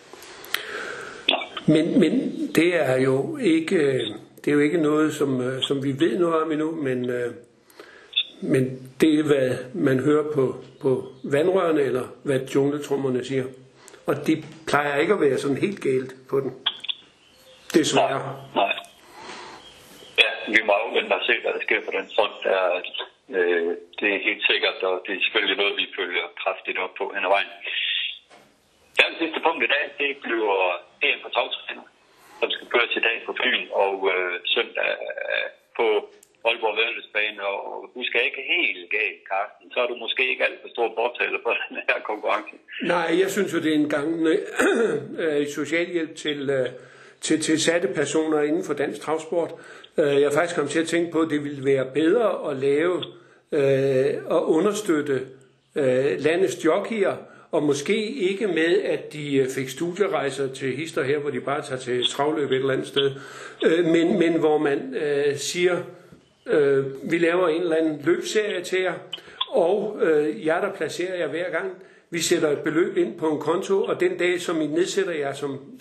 D: Men det er jo ikke noget, som vi ved noget om endnu, men det er, hvad man hører på vandrørene, eller hvad jungletrummerne siger. Og det plejer ikke at være sådan helt galt på den. Desværre.
C: Nej. Ja, vi må afvente og se, hvad der sker på den front. Det er helt sikkert, og det er selvfølgelig noget, vi følger kraftigt op på hen ad vejen. Det sidste punkt i dag, det bliver EM for travtræner, som skal køres i dag på Fyn, og søndag på Aalborg Væddeløbsbane. Og husk ikke helt galt, Carsten, så er du måske ikke alt for stor borttaler på den her konkurrence.
D: Nej, jeg synes jo, det er en gang socialhjælp til satte personer inden for dansk travsport. Jeg er faktisk kommet til at tænke på, at det ville være bedre at lave og understøtte landets jockeyer, og måske ikke med, at de fik studierejser til hister her, hvor de bare tager til travløb et eller andet sted, men hvor man siger, vi laver en eller anden løbserie til jer, og jer, der placerer jer hver gang, vi sætter et beløb ind på en konto, og den dag, som I nedsætter jer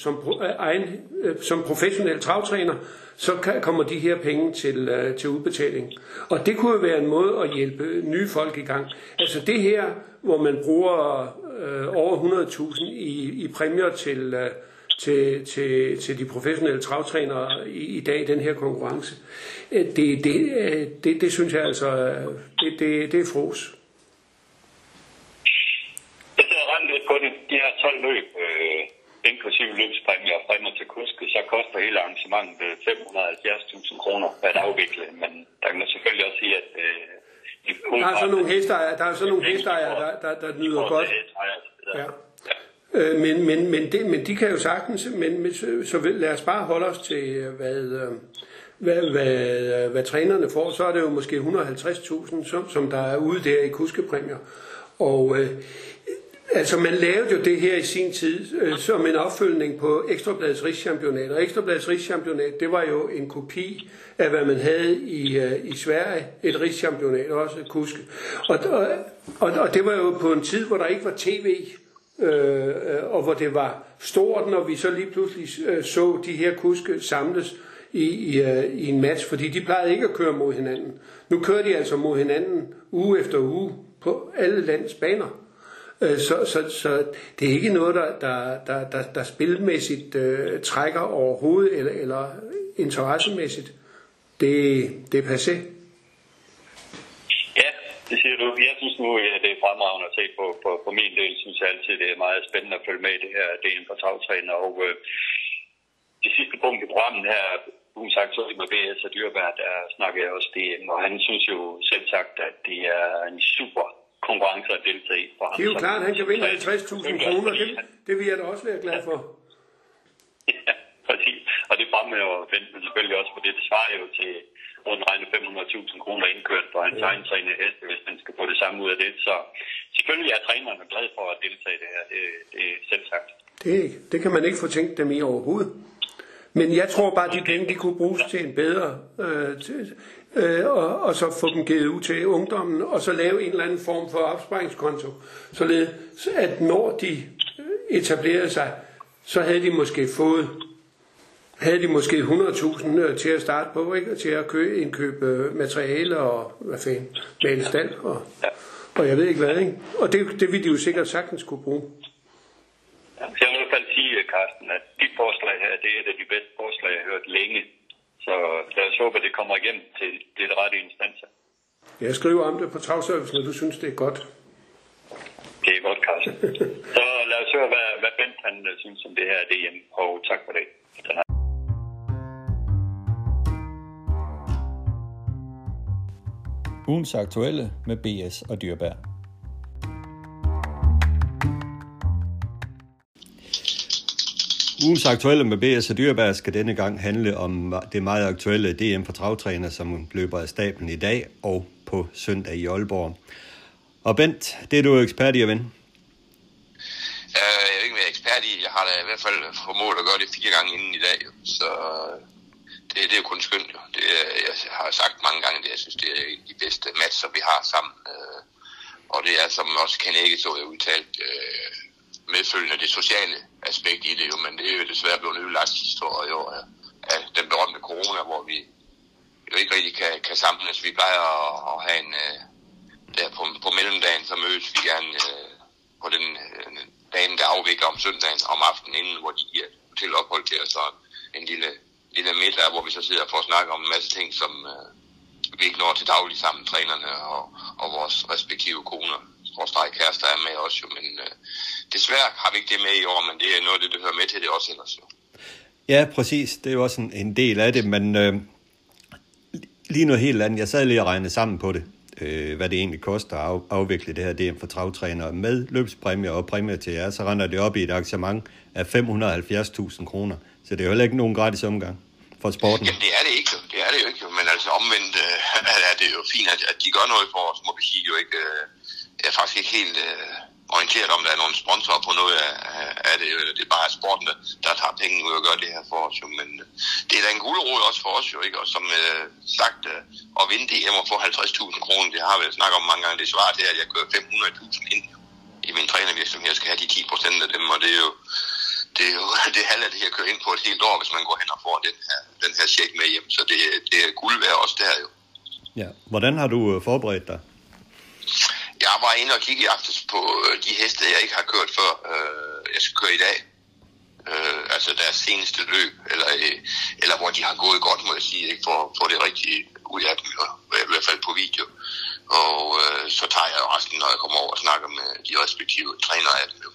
D: som professionel travtræner, så kommer de her penge til udbetaling. Og det kunne jo være en måde at hjælpe nye folk i gang. Altså det her, hvor man bruger over 100.000 i præmier til de professionelle travtrænere i dag, den her konkurrence, det synes jeg altså, det er fros.
C: Jeg sidder ret lidt på det. De her 12 løb, inklusive løbspræmier og præmier til kuske, så koster hele arrangementet 570.000 kroner at afvikle. Men der kan man selvfølgelig også sige, at
D: der er sådan nogle hesteejere, der nyder godt. Ja. Men de kan jo sagtens, så lad os bare holde os til, hvad trænerne får. Så er det jo måske 150.000, som der er ude der i kuskepræmier. Og altså man lavede jo det her i sin tid som en opfølgning på Ekstrabladets Rigschampionat. Og Ekstrabladets Rigschampionat, det var jo en kopi af, hvad man havde i Sverige, et rigschampionat, også et kuske. Og det var jo på en tid, hvor der ikke var tv, og hvor det var stort, når vi så lige pludselig så de her kuske samles i en match, fordi de plejede ikke at køre mod hinanden. Nu kører de altså mod hinanden uge efter uge på alle landets baner. Så det er ikke noget, der spilmæssigt trækker overhovedet, eller interessemæssigt. Det er passé.
C: Ja, det siger du. Jeg synes nu, at det er fremragende at se på. For min del synes jeg altid, det er meget spændende at følge med i det her DM for travtræner. Og det sidste punkt i programmet her, hun sagt så med BS og Dyrbær, der snakker jeg også DM, og han synes jo selv sagt, at det er en super konkurrence at deltage i.
D: Det er jo klart, at han kan vinde 50.000 kroner. Det vil jeg da også være glad for.
C: Ja, præcis. Og det fremmer og venter selvfølgelig også på det. Det svarer jo til rundt regnet 500.000 kroner indkørt for hans egen trænede heste, hvis man skal få det samme ud af det. Så selvfølgelig er trænerne glad for at deltage i det her. Det er selv sagt.
D: Det kan man ikke få tænkt dem i overhovedet. Men jeg tror bare, at de penge, de kunne bruges til en bedre, og så få dem givet ud til ungdommen, og så lave en eller anden form for opsparingskonto, således at når de etablerede sig, så havde de måske 100.000 til at starte på, ikke? Til at indkøbe materiale og hvad fanden, male stald og jeg ved ikke hvad, ikke? Og det ville de jo sikkert sagtens kunne bruge.
C: Jeg vil i hvert fald sige, Carsten, at dit forslag her, det er et af de bedste forslag, jeg har hørt længe. Så lad os håbe, at det kommer igennem til det rette instanser.
D: Jeg skriver om det på Travservice, når du synes, det er godt.
C: Det er godt, Carsten. Så lad os høre, hvad Bent han synes om det her DM, og tak for det.
B: Ugens aktuelle med BS og Dyrbær. Ugens aktuelle med BS og Dyrbær skal denne gang handle om det meget aktuelle DM for travtræner, som løber af stablen i dag og på søndag i Aalborg. Og Bent, det er du ekspert i at vinde?
G: Jeg vil ikke være ekspert i. Jeg har da i hvert fald formået at gøre det 4 gange inden i dag. Så det er jo kun skønt. Jo. Jeg har sagt mange gange, at jeg synes, det er de bedste matcher, vi har sammen. Og det er, som også kan ikke så jeg udtalt, medfølgende det sociale aspekt i det jo, men det er jo desværre blevet ødelagt historie jo af den berømte corona, hvor vi jo ikke rigtig kan samles. Vi plejer at have en der på mellemdagen, så mødes vi gerne på den bane, der afvikler om søndagen om aftenen inden, hvor de giver hotelophold til os og en lille middag, hvor vi så sidder for at snakke om en masse ting, som vi ikke når til daglig sammen, trænerne og vores respektive koner. Vores kærester er med også jo, men desværre har vi ikke det med i år, men det er noget af det, der hører med til det også ellers jo.
B: Ja, præcis. Det er jo også en del af det, men lige noget helt andet. Jeg sad lige og regnede sammen på det, hvad det egentlig koster at afvikle det her DM for travtrænere med løbspræmier og præmier til jer. Så render det op i et arrangement af 570.000 kroner. Så det er jo heller ikke nogen gratis omgang for sporten.
G: Jamen det er det ikke jo. Det er det jo ikke jo. Men altså omvendt er det jo fint, at de gør noget for os, må vi sige jo ikke. Jeg er faktisk ikke helt orienteret om, der er nogle sponsorer på noget af det. Det er bare sporten, der tager penge ud og gør det her for os jo. Men det er da en gulerod også for os jo, ikke? Og som sagt, at vinde DM og få 50.000 kroner, det har vi snakket om mange gange. Det svarer til, at jeg kører 500.000 ind i min trænervirksomhed. Jeg skal have de 10% af dem, og det er jo det halve af det her kører ind på et helt år, hvis man går hen og får den her check med hjem. Så det er guld værd også der jo.
B: Ja. Hvordan har du forberedt dig?
G: Jeg var inde og kigge i aftes på de heste, jeg ikke har kørt før. Jeg skal køre i dag. Altså deres seneste løb, eller hvor de har gået godt, må jeg sige, ikke for det rigtige ud af dem, i hvert fald på video. Og så tager jeg resten, når jeg kommer over og snakker med de respektive trænere af dem.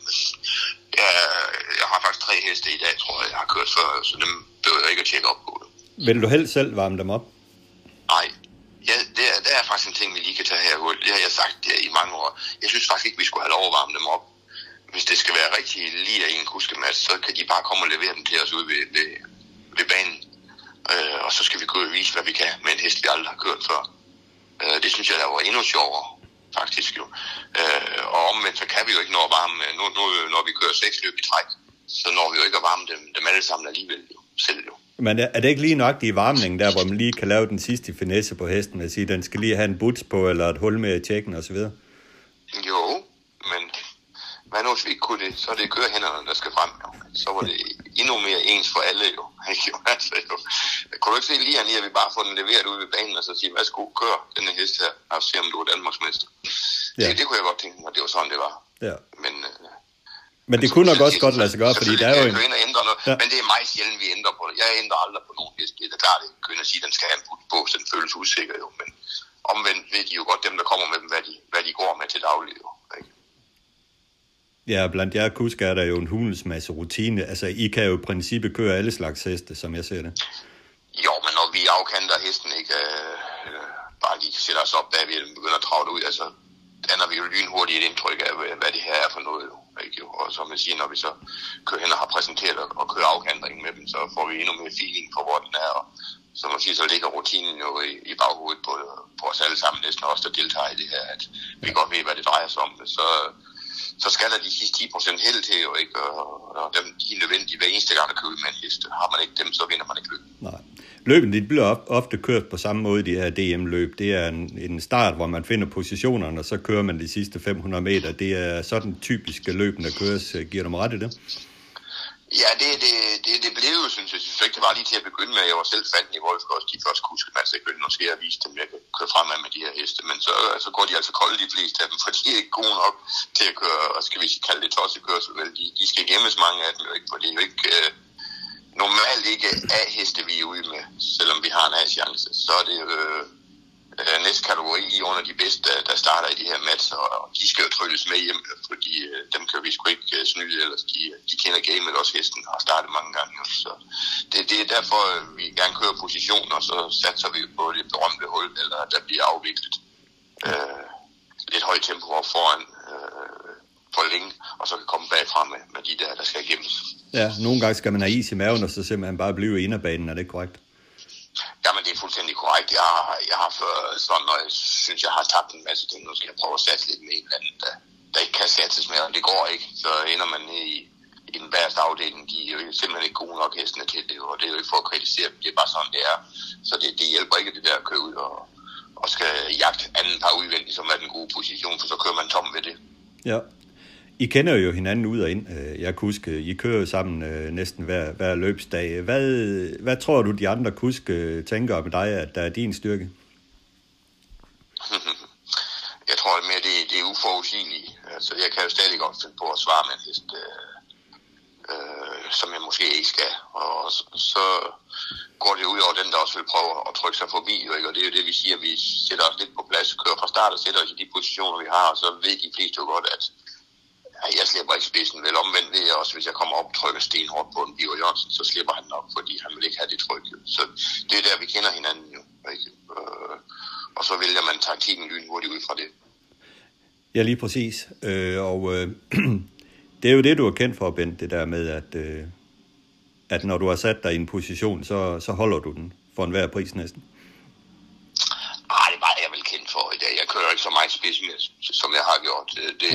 G: Jeg har faktisk 3 heste i dag, tror jeg har kørt før, så dem behøver jeg ikke at tjekke op på.
B: Vil du helst selv varme dem op?
G: Nej. Ja, det er faktisk en ting, vi lige kan tage her. Det har jeg sagt i mange år. Jeg synes faktisk ikke, vi skulle have lov at varme dem op. Hvis det skal være rigtig lige i en kuskemasse, så kan de bare komme og levere dem til os ude ved banen. Og så skal vi gå og vise, hvad vi kan med en hest, vi aldrig har kørt før. Det synes jeg, der var endnu sjovere, faktisk jo. Og omvendt, så kan vi jo ikke nå at varme. Nu når vi kører 6 løb i træk, så når vi jo ikke at varme dem alle sammen alligevel jo, selv jo.
B: Men er det ikke lige nok i varmningen der, hvor man lige kan lave den sidste finesse på hesten, at sige, den skal lige have en buts på, eller et hul med tjekken osv.?
G: Jo, men hvad nu hvis vi ikke kunne det, så er det kørehænderne, der skal frem jo. Så var det endnu mere ens for alle jo. Altså, jo. Kunne du ikke se lige at vi bare får den leveret ud ved banen, og så sige, værsgo, kør denne hest her, og se om du er Danmarksmester. Ja. Det kunne jeg godt tænke mig, det var sådan det var. Ja.
B: Men det kunne nok også godt lade sig gøre, fordi der er jo en...
G: Ja. Men det er meget sjældent, vi ændrer på det. Jeg ændrer aldrig på nogen hest. Det er klart, at jeg kan sige, at den skal have en put på, så den føles usikker jo. Men omvendt ved de jo godt, dem der kommer med dem, hvad de går med til daglig jo. Ikke?
B: Ja, blandt jer kusker er der jo en hulens masse rutine. Altså, I kan jo i princippet køre alle slags heste, som jeg ser det.
G: Jo, men når vi afkanter hesten, ikke bare lige sætter os op bagved, og begynder at travle ud, altså, danner vi jo lynhurtigt et indtryk af, hvad det her er for noget jo. Ikke? Og som jeg siger, når vi så kører hen og har præsenteret og kører afkantringen med dem, så får vi endnu mere feeling på, hvor den er. Og som man siger, så ligger rutinen jo i baghovedet på os alle sammen, næsten også der deltager i det her, at vi godt ved, hvad det drejer sig om. Så skal der de sidste 10% held til jo, ikke? Og dem, de er nødvendige hver eneste gang, der køber med en hest. Har man ikke dem, så vinder man ikke løbet.
B: Nej. Løbene de bliver ofte kørt på samme måde, de her DM-løb. Det er en start, hvor man finder positionerne, og så kører man de sidste 500 meter. Det er sådan typiske løb, der køres. Giver du mig ret i det?
G: Ja, det blev jo, synes jeg. Jeg synes ikke, det var lige til at begynde med. Jeg var selv fandt i Wolfgårds de første kuskemænd, så jeg kunne måske have vist dem, jeg kan køre fremad med de her heste. Men så går de altså kolde, de fleste af dem, for de er ikke gode nok til at køre, og skal vi kalde det tossekørsel, vel? De skal gemmes mange af dem jo ikke, for det er jo ikke... normalt ikke A-heste, vi er ude med, selvom vi har en A-chance. Så er det næste kategori lige under de bedste, der starter i de her matcher, og de skal jo trylles med hjem, fordi dem kan vi sgu ikke snyde, ellers de kender gamet også hesten og har startet mange gange. Så det er derfor, vi gerne kører position, og så satser vi på det berømte hul, eller der bliver afviklet lidt højt tempo op foran for længe, og så kan komme bagfra med de der skal gemmes.
B: Ja, nogle gange skal man have is i maven, og så simpelthen bare blive i inderbanen, er det korrekt?
G: Jamen, det er fuldstændig korrekt. Jeg har sådan, når jeg synes, jeg har tabt en masse ting, nu skal jeg prøve at satse lidt med en eller anden, der ikke kan satses med, og det går ikke. Så ender man ned i den bagerste afdeling, de er jo simpelthen ikke gode nok hestene til det, og det er jo ikke for at kritisere dem, det er bare sådan, det er. Så det hjælper ikke det der at køre ud og skal jagte anden par udvendigt, som er den gode position, for så kører man tom ved det.
B: Ja. I kender jo hinanden ud og ind. Jeg kan huske, I kører jo sammen næsten hver løbsdag. Hvad tror du, de andre kuske tænker om dig, at der er din styrke?
G: Jeg tror mere, det er uforudsigeligt. Altså, jeg kan jo stadig godt finde på at svare med en hest. som jeg måske ikke skal. Og så går det ud over den, der også vil prøve at trykke sig forbi, ikke? Og det er jo det, vi siger, vi sætter os lidt på plads, kører fra start og sætter os i de positioner, vi har, og så ved de fleste jo godt, at jeg slipper ikke spidsen. Vel omvendt ved jeg også, hvis jeg kommer op og trykker stenhårdt på en Biver Jørgensen, så slipper han op, fordi han vil ikke have det tryk. Så det er der, vi kender hinanden jo. Ikke? Og så vælger man taktikken lynhurtigt ud fra det.
B: Ja, lige præcis. Det er jo det, du er kendt for, Bent, det der med, at når du har sat dig i en position, så holder du den for enhver pris næsten.
G: Nej, det var jeg vel kendt for i dag. Jeg kører ikke så meget spids, som jeg har gjort.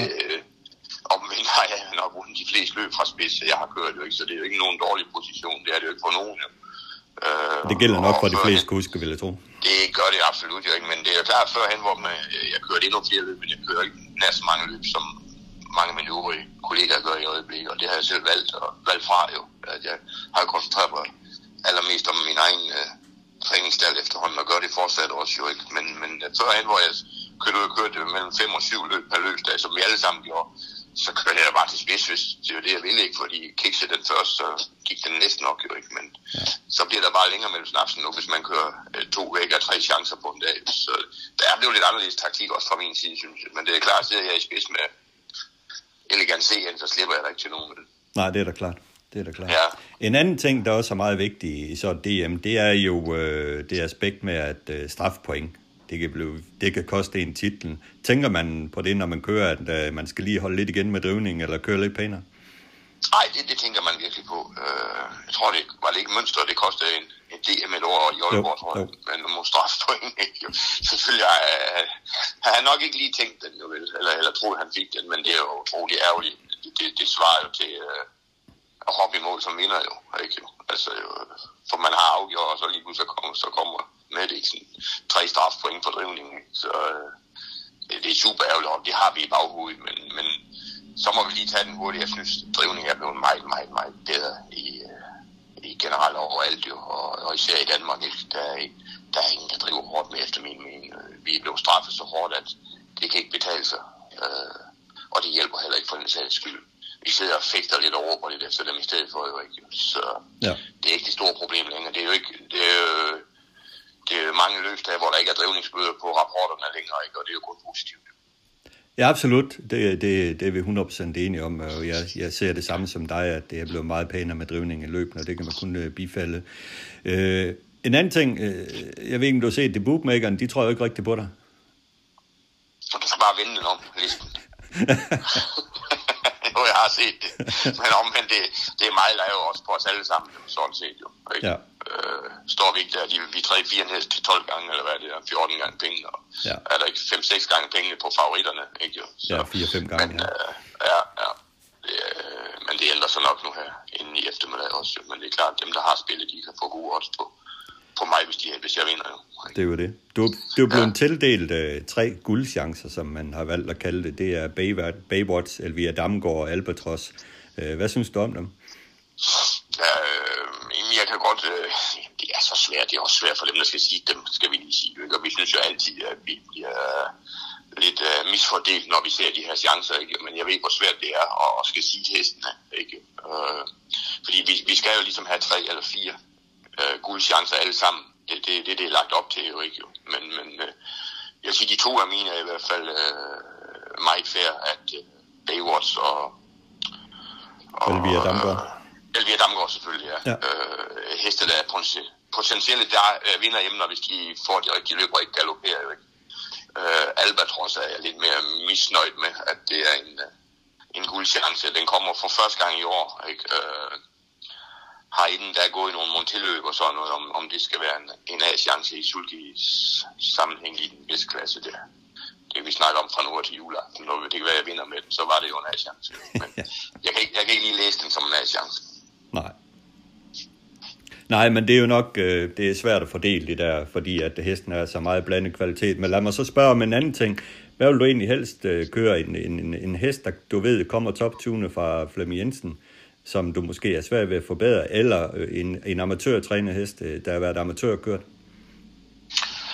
G: Omvendt har jeg nok vundet de fleste løb fra spids, så jeg har kørt jo ikke, så det er jo ikke nogen dårlig position. Det er det jo ikke for nogen. Jo.
B: Det gælder nok for de fleste kuske, vil jeg tro.
G: Det gør det absolut jo ikke, men det er jo klart førhen, hvor jeg kørte endnu flere løb, men jeg kører ikke næsten mange løb, som mange af mine øvrige kollegaer gør i øjeblikket, og det har jeg selv valgt fra jo. At jeg har koncentreret mig allermest om min egen træningsstald efterhånden, og gør det fortsat også jo ikke. Men førhen, hvor jeg kørte mellem 5 og 7 løb per løbsdag, som vi alle sammen gjorde, så kørte jeg bare til spids, hvis det var det, jeg ville ikke, fordi kikse den først, så gik den næsten nok jo ikke, men så bliver der bare længere mellem snapsen nu, hvis man kører 2 væk og 3 chancer på en dag. Så der er blevet lidt anderledes taktik også fra min side, synes jeg. Men det er klart, at sidder jeg i spids med elegant CN, så slipper jeg da ikke til nogen.
B: Nej, det er da klart. Det er da klart.
G: Ja.
B: En anden ting, der også er meget vigtig i så DM, det er jo det aspekt med, at strafpoint, det kan koste en titlen. Tænker man på det, når man kører, at man skal lige holde lidt igen med drivning, eller køre lidt pænere?
G: Nej, det tænker man virkelig på. Jeg tror, det var ikke Mønster, det kostede en DM et år i Aalborg, tror jeg. Men nogle strafpoint, ikke? Selvfølgelig har han nok ikke lige tænkt den, jo vel, eller troede, han fik den, men det er jo utrolig ærgerligt. Det svarer jo til at hoppe i mål som vinder jo, ikke jo. Altså, for man har afgjort, og så lige pludselig så kommer med det ikke sådan 3 strafpoint for drivning. Så det er super ærgerligt, og det har vi i baghovedet, men så må vi lige tage den hurtigt. Jeg synes, drivning er blevet meget, meget, meget bedre i generelt overalt jo, og især i Danmark. Der er ingen, der driver hårdt med efter min mening. Vi er blevet straffet så hårdt, at det kan ikke betale sig, og det hjælper heller ikke for den sags skyld. Vi sidder og fægter lidt over på det efter dem i stedet for, jo ikke. Så det er ikke det store problem længere. Det er jo ikke... Det er mange løbsdage, hvor der ikke er drivningsbøder på rapporterne længere, ikke? Og det er jo kun positivt.
B: Ja, absolut. Det er vi 100% enige om, og jeg ser det samme som dig, at det er blevet meget pænere med drivning i løbende, og det kan man kun bifalde. En anden ting, jeg ved ikke, om du har set det, bookmakerne, de tror jo ikke rigtigt på dig.
G: Og du skal bare vende den om, listen. Jo, jeg har set det. Men omvendt, det er meget lavere også på os alle sammen, sådan set jo. Ikke? Ja. Står vi ikke der, vi træder 4 næst til 12 gange, eller hvad er det der, 14 gange penge, og er der ikke 5-6 gange penge på favoritterne, ikke jo? Så,
B: 4-5 gange,
G: men, men det ændrer sig nok nu her, inden i eftermiddag også, jo. Men det er klart, at dem, der har spillet, de kan få gode odds på mig, hvis jeg vinder jo. Ikke?
B: Det er jo det. Du er blevet tildelt 3 guldchancer, som man har valgt at kalde det. Det er Baywatch, Elvira Damgaard og Albatros. Hvad synes du om dem?
G: Jeg kan godt... det er så svært. Det er også svært for dem, der skal sige dem, skal vi lige sige. Ikke? Og vi synes jo altid, at vi bliver lidt misfordelt, når vi ser de her chancer. Ikke? Men jeg ved ikke, hvor svært det er at skal sige til hestene. Ikke? Fordi vi skal jo ligesom have 3 eller 4 guldchancer alle sammen. Det er lagt op til jo ikke. Men jeg vil sige, de 2 af mine er i hvert fald meget fair, at Baywatch og
B: Elvira Damgaard.
G: Elvira Damgaard selvfølgelig, ja. Heste, der er potentielle, der vinder hjemme, hvis de får de rigtige løber og ikke galopperer jo ikke. Albatros er jeg lidt mere misnøjd med, at det er en guldchance. Den kommer for første gang i år, ikke? Har inden der er gået i nogle monteløb og sådan noget, om det skal være en A-chance i Sulkis sammenhæng i den bedste klasse der. Det vi snakker om fra nu til juleaften. Når det kan være, at jeg vinder med den, så var det jo en A-chance. Men jeg kan ikke lige læse den som en A-chance.
B: Nej, men det er jo nok det er svært at fordele det der, fordi at hesten er så meget blandet kvalitet. Men lad mig så spørge om en anden ting. Hvad vil du egentlig helst køre? En hest, der du ved kommer top-20 fra Flemming Jensen, som du måske er svært ved at forbedre, eller en amatørtrænet hest, der har været amatørkørt?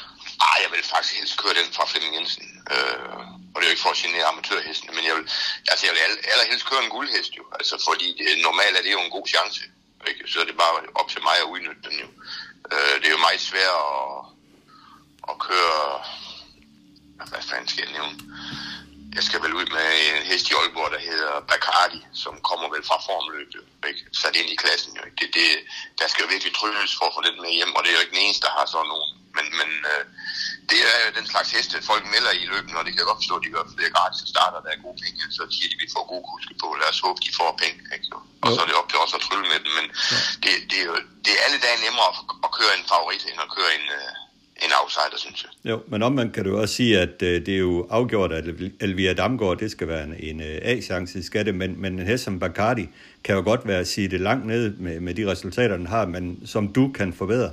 G: Jeg vil faktisk helst køre den fra Flemming Jensen. Og det er jo ikke for at genere amatørhesten, men Altså, jeg vil allerhelst køre en guldhest jo, altså, fordi normalt er det jo en god chance, ikke? Så er det bare op til mig at udnytte den jo. Det er jo meget svært at køre, hvad fanden skal jeg nævne? Jeg skal vel ud med en hest i Aalborg, der hedder Bacardi, som kommer vel fra formløbet, ikke? Sat ind i klassen jo, ikke? Der skal jo virkelig trylles for at få den med hjem, og det er jo ikke den eneste, der har sådan nogen. Men det er jo den slags heste, folk melder i løbet, og det kan jeg godt forstå, at de gør flere gratis starter, der er gode penge, så siger de, at vi får gode kuske på, lad os håbe, de får penge, ikke? Og så er det op til os at trylle med dem, men det er alle dage nemmere at køre en favorit, end at køre en outsider, synes jeg.
B: Jo, men omvendt kan du også sige, at det er jo afgjort, at Elvira Damgaard, det skal være en A-chance i skatte, men en hest som Bacardi kan jo godt være at sige det langt nede med de resultater, den har, men som du kan forbedre.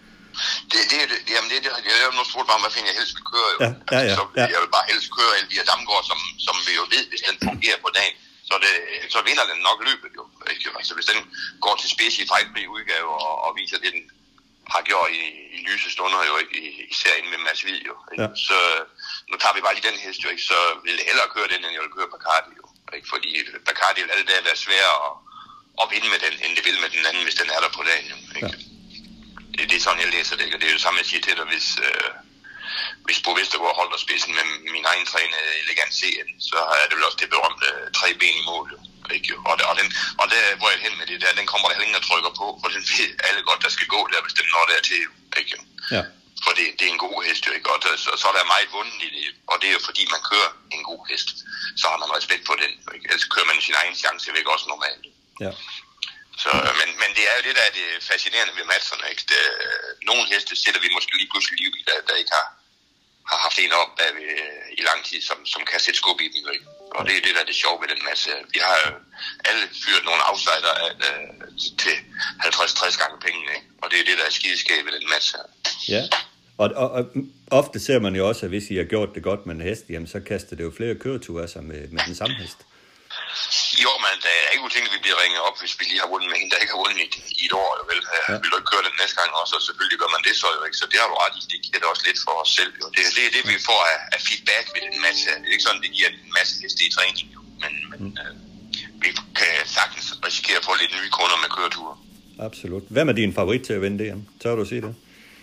B: Jeg har nu spurgt mig, hvad jeg helst vil køre. Jo. Jeg vil bare helst køre Elvira Damgaard, som vi jo ved, hvis den fungerer på dagen, så vinder den nok løbet jo. Ikke? Altså hvis den går til spids i fejlfri udgave og viser det, den har gjort i lyse stunder jo, ikke? Især inde med Mads Hvid jo. Ja. Så nu tager vi bare lige den hest jo, ikke? Så vil jeg hellere køre den, end jeg vil køre Bacardi jo. Ikke? Fordi Bacardi vil alle dage være sværere at vinde med den, end det vil med den anden, hvis den er der på dagen jo. Ikke? Ja. Det er sådan, jeg læser det, og det er jo samme, jeg siger til dig, hvis Bo Vestergaard holder spidsen med min egen træner Elegant CN, så er det vel også det berømte 3 ben i mål, jo. Ikke? Og der, hvor jeg hen med det der, den kommer der heller ingen, der trykker på, for den ved alle godt, der skal gå der, hvis den når der til, ikke? Ja. For det er en god hest, jo, ikke? Og så er der meget vundet i det, og det er jo fordi, man kører en god hest, så har man respekt for den, ikke? Ellers kører man sin egen chance væk også normalt. Ja. Så, men det er jo det, der er det fascinerende ved matserne, ikke? Nogle heste sætter vi måske lige pludselig liv i, der ikke har haft en op bagved i lang tid, som kan sætte skub i dem, ikke? Og det er det, der er det sjove ved den masse. Vi har jo alle fyret nogle outsider til 50-60 gange pengene, ikke? Og det er det, der er skideskab ved den masse. Ja, og ofte ser man jo også, at hvis I har gjort det godt med en hest, jamen så kaster det jo flere køreture altså med den samme hest.
G: Jo, men der er ikke utænkeligt, at vi bliver ringet op, hvis vi lige har vundet med hende, der ikke har vundet i et år, jo vel. Ja. Vil du ikke køre den næste gang også, og selvfølgelig gør man det så jo ikke, så det har du ret i, det giver det også lidt for os selv, jo. Det er det, vi får af feedback ved den masse. Det er ikke sådan, det giver en masse heste i træning, jo. Men vi kan sagtens risikere at få lidt nye kunder med køreture.
B: Absolut. Hvem er din favorit til at vinde det, Jan? Tør du sige det?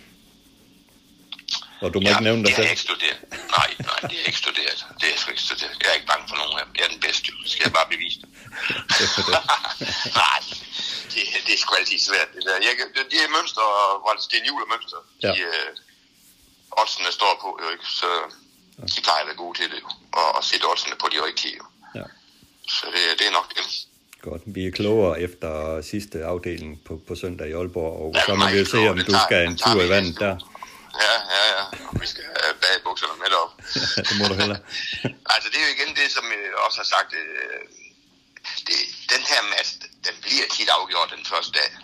B: Og du må ikke nævne dig selv.
G: Det er ikke studeret. Nej, det er ikke studeret. Det er sgu ikke studeret. Jeg er ikke bange for nogen af dem. Jeg er den bedste, jo. Det skal jeg bare bevise det. Nej, det er sgu altid svært. Det der. De er mønstre, hvor det er julemønstre. Ja. Oddsene står på, jo ikke? Så de plejer at være gode til det, jo. Og sætte oddsene på de rigtige, jo. Ja. Så det er nok det.
B: Godt. Vi er klogere efter sidste afdeling på søndag i Aalborg, og så må vi jo se, om du skal en tur i vandet der.
G: Ja. Og vi skal have bagebukserne med op.
B: Det må du heller.
G: Altså, det er jo igen det, som jeg også har sagt. Den her match, den bliver tit afgjort den første dag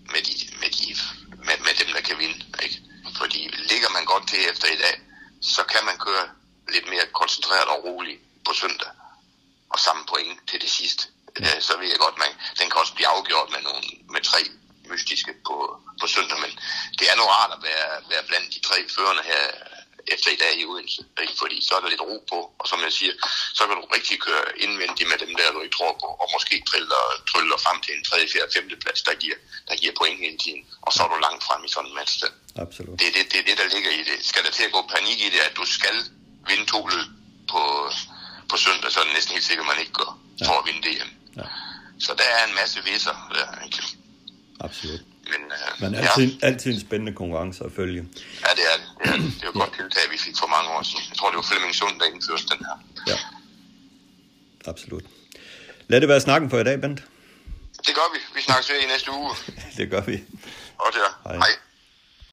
G: med dem, der kan vinde. Ikke? Fordi ligger man godt til efter i dag, så kan man køre lidt mere koncentreret og roligt på søndag. Og samme point til det sidste. Så ved jeg godt, den kan også blive afgjort med 3 mystiske på søndag, men det er nu rart at være blandt de 3 førende her efter i dag i Odense, ikke? Fordi så er der lidt ro på, og som jeg siger, så kan du rigtig køre indvendigt med dem der, du ikke tror på, og måske tryller frem til en 3., 4., 5. plads, der giver point hele tiden, og så er du langt frem i sådan en match der.
B: Absolut.
G: Det er det, der ligger i det. Skal der til at gå panik i det, at du skal vinde 2 løb på søndag, så er det næsten helt sikkert, at man ikke går for at vinde det hjem. Ja. Så der er en masse visser der, ikke?
B: Absolut.
G: Men
B: altid en spændende konkurrence at følge.
G: Ja, det er det. Det er jo godt tiltag, vi fik for mange år siden. Jeg tror, det var Flemming Sund, der indførte den her.
B: Ja, absolut. Lad det være snakken for i dag, Bent.
G: Det gør vi. Vi snakkes ved i næste uge.
B: Det gør vi.
G: Og det er. Hej.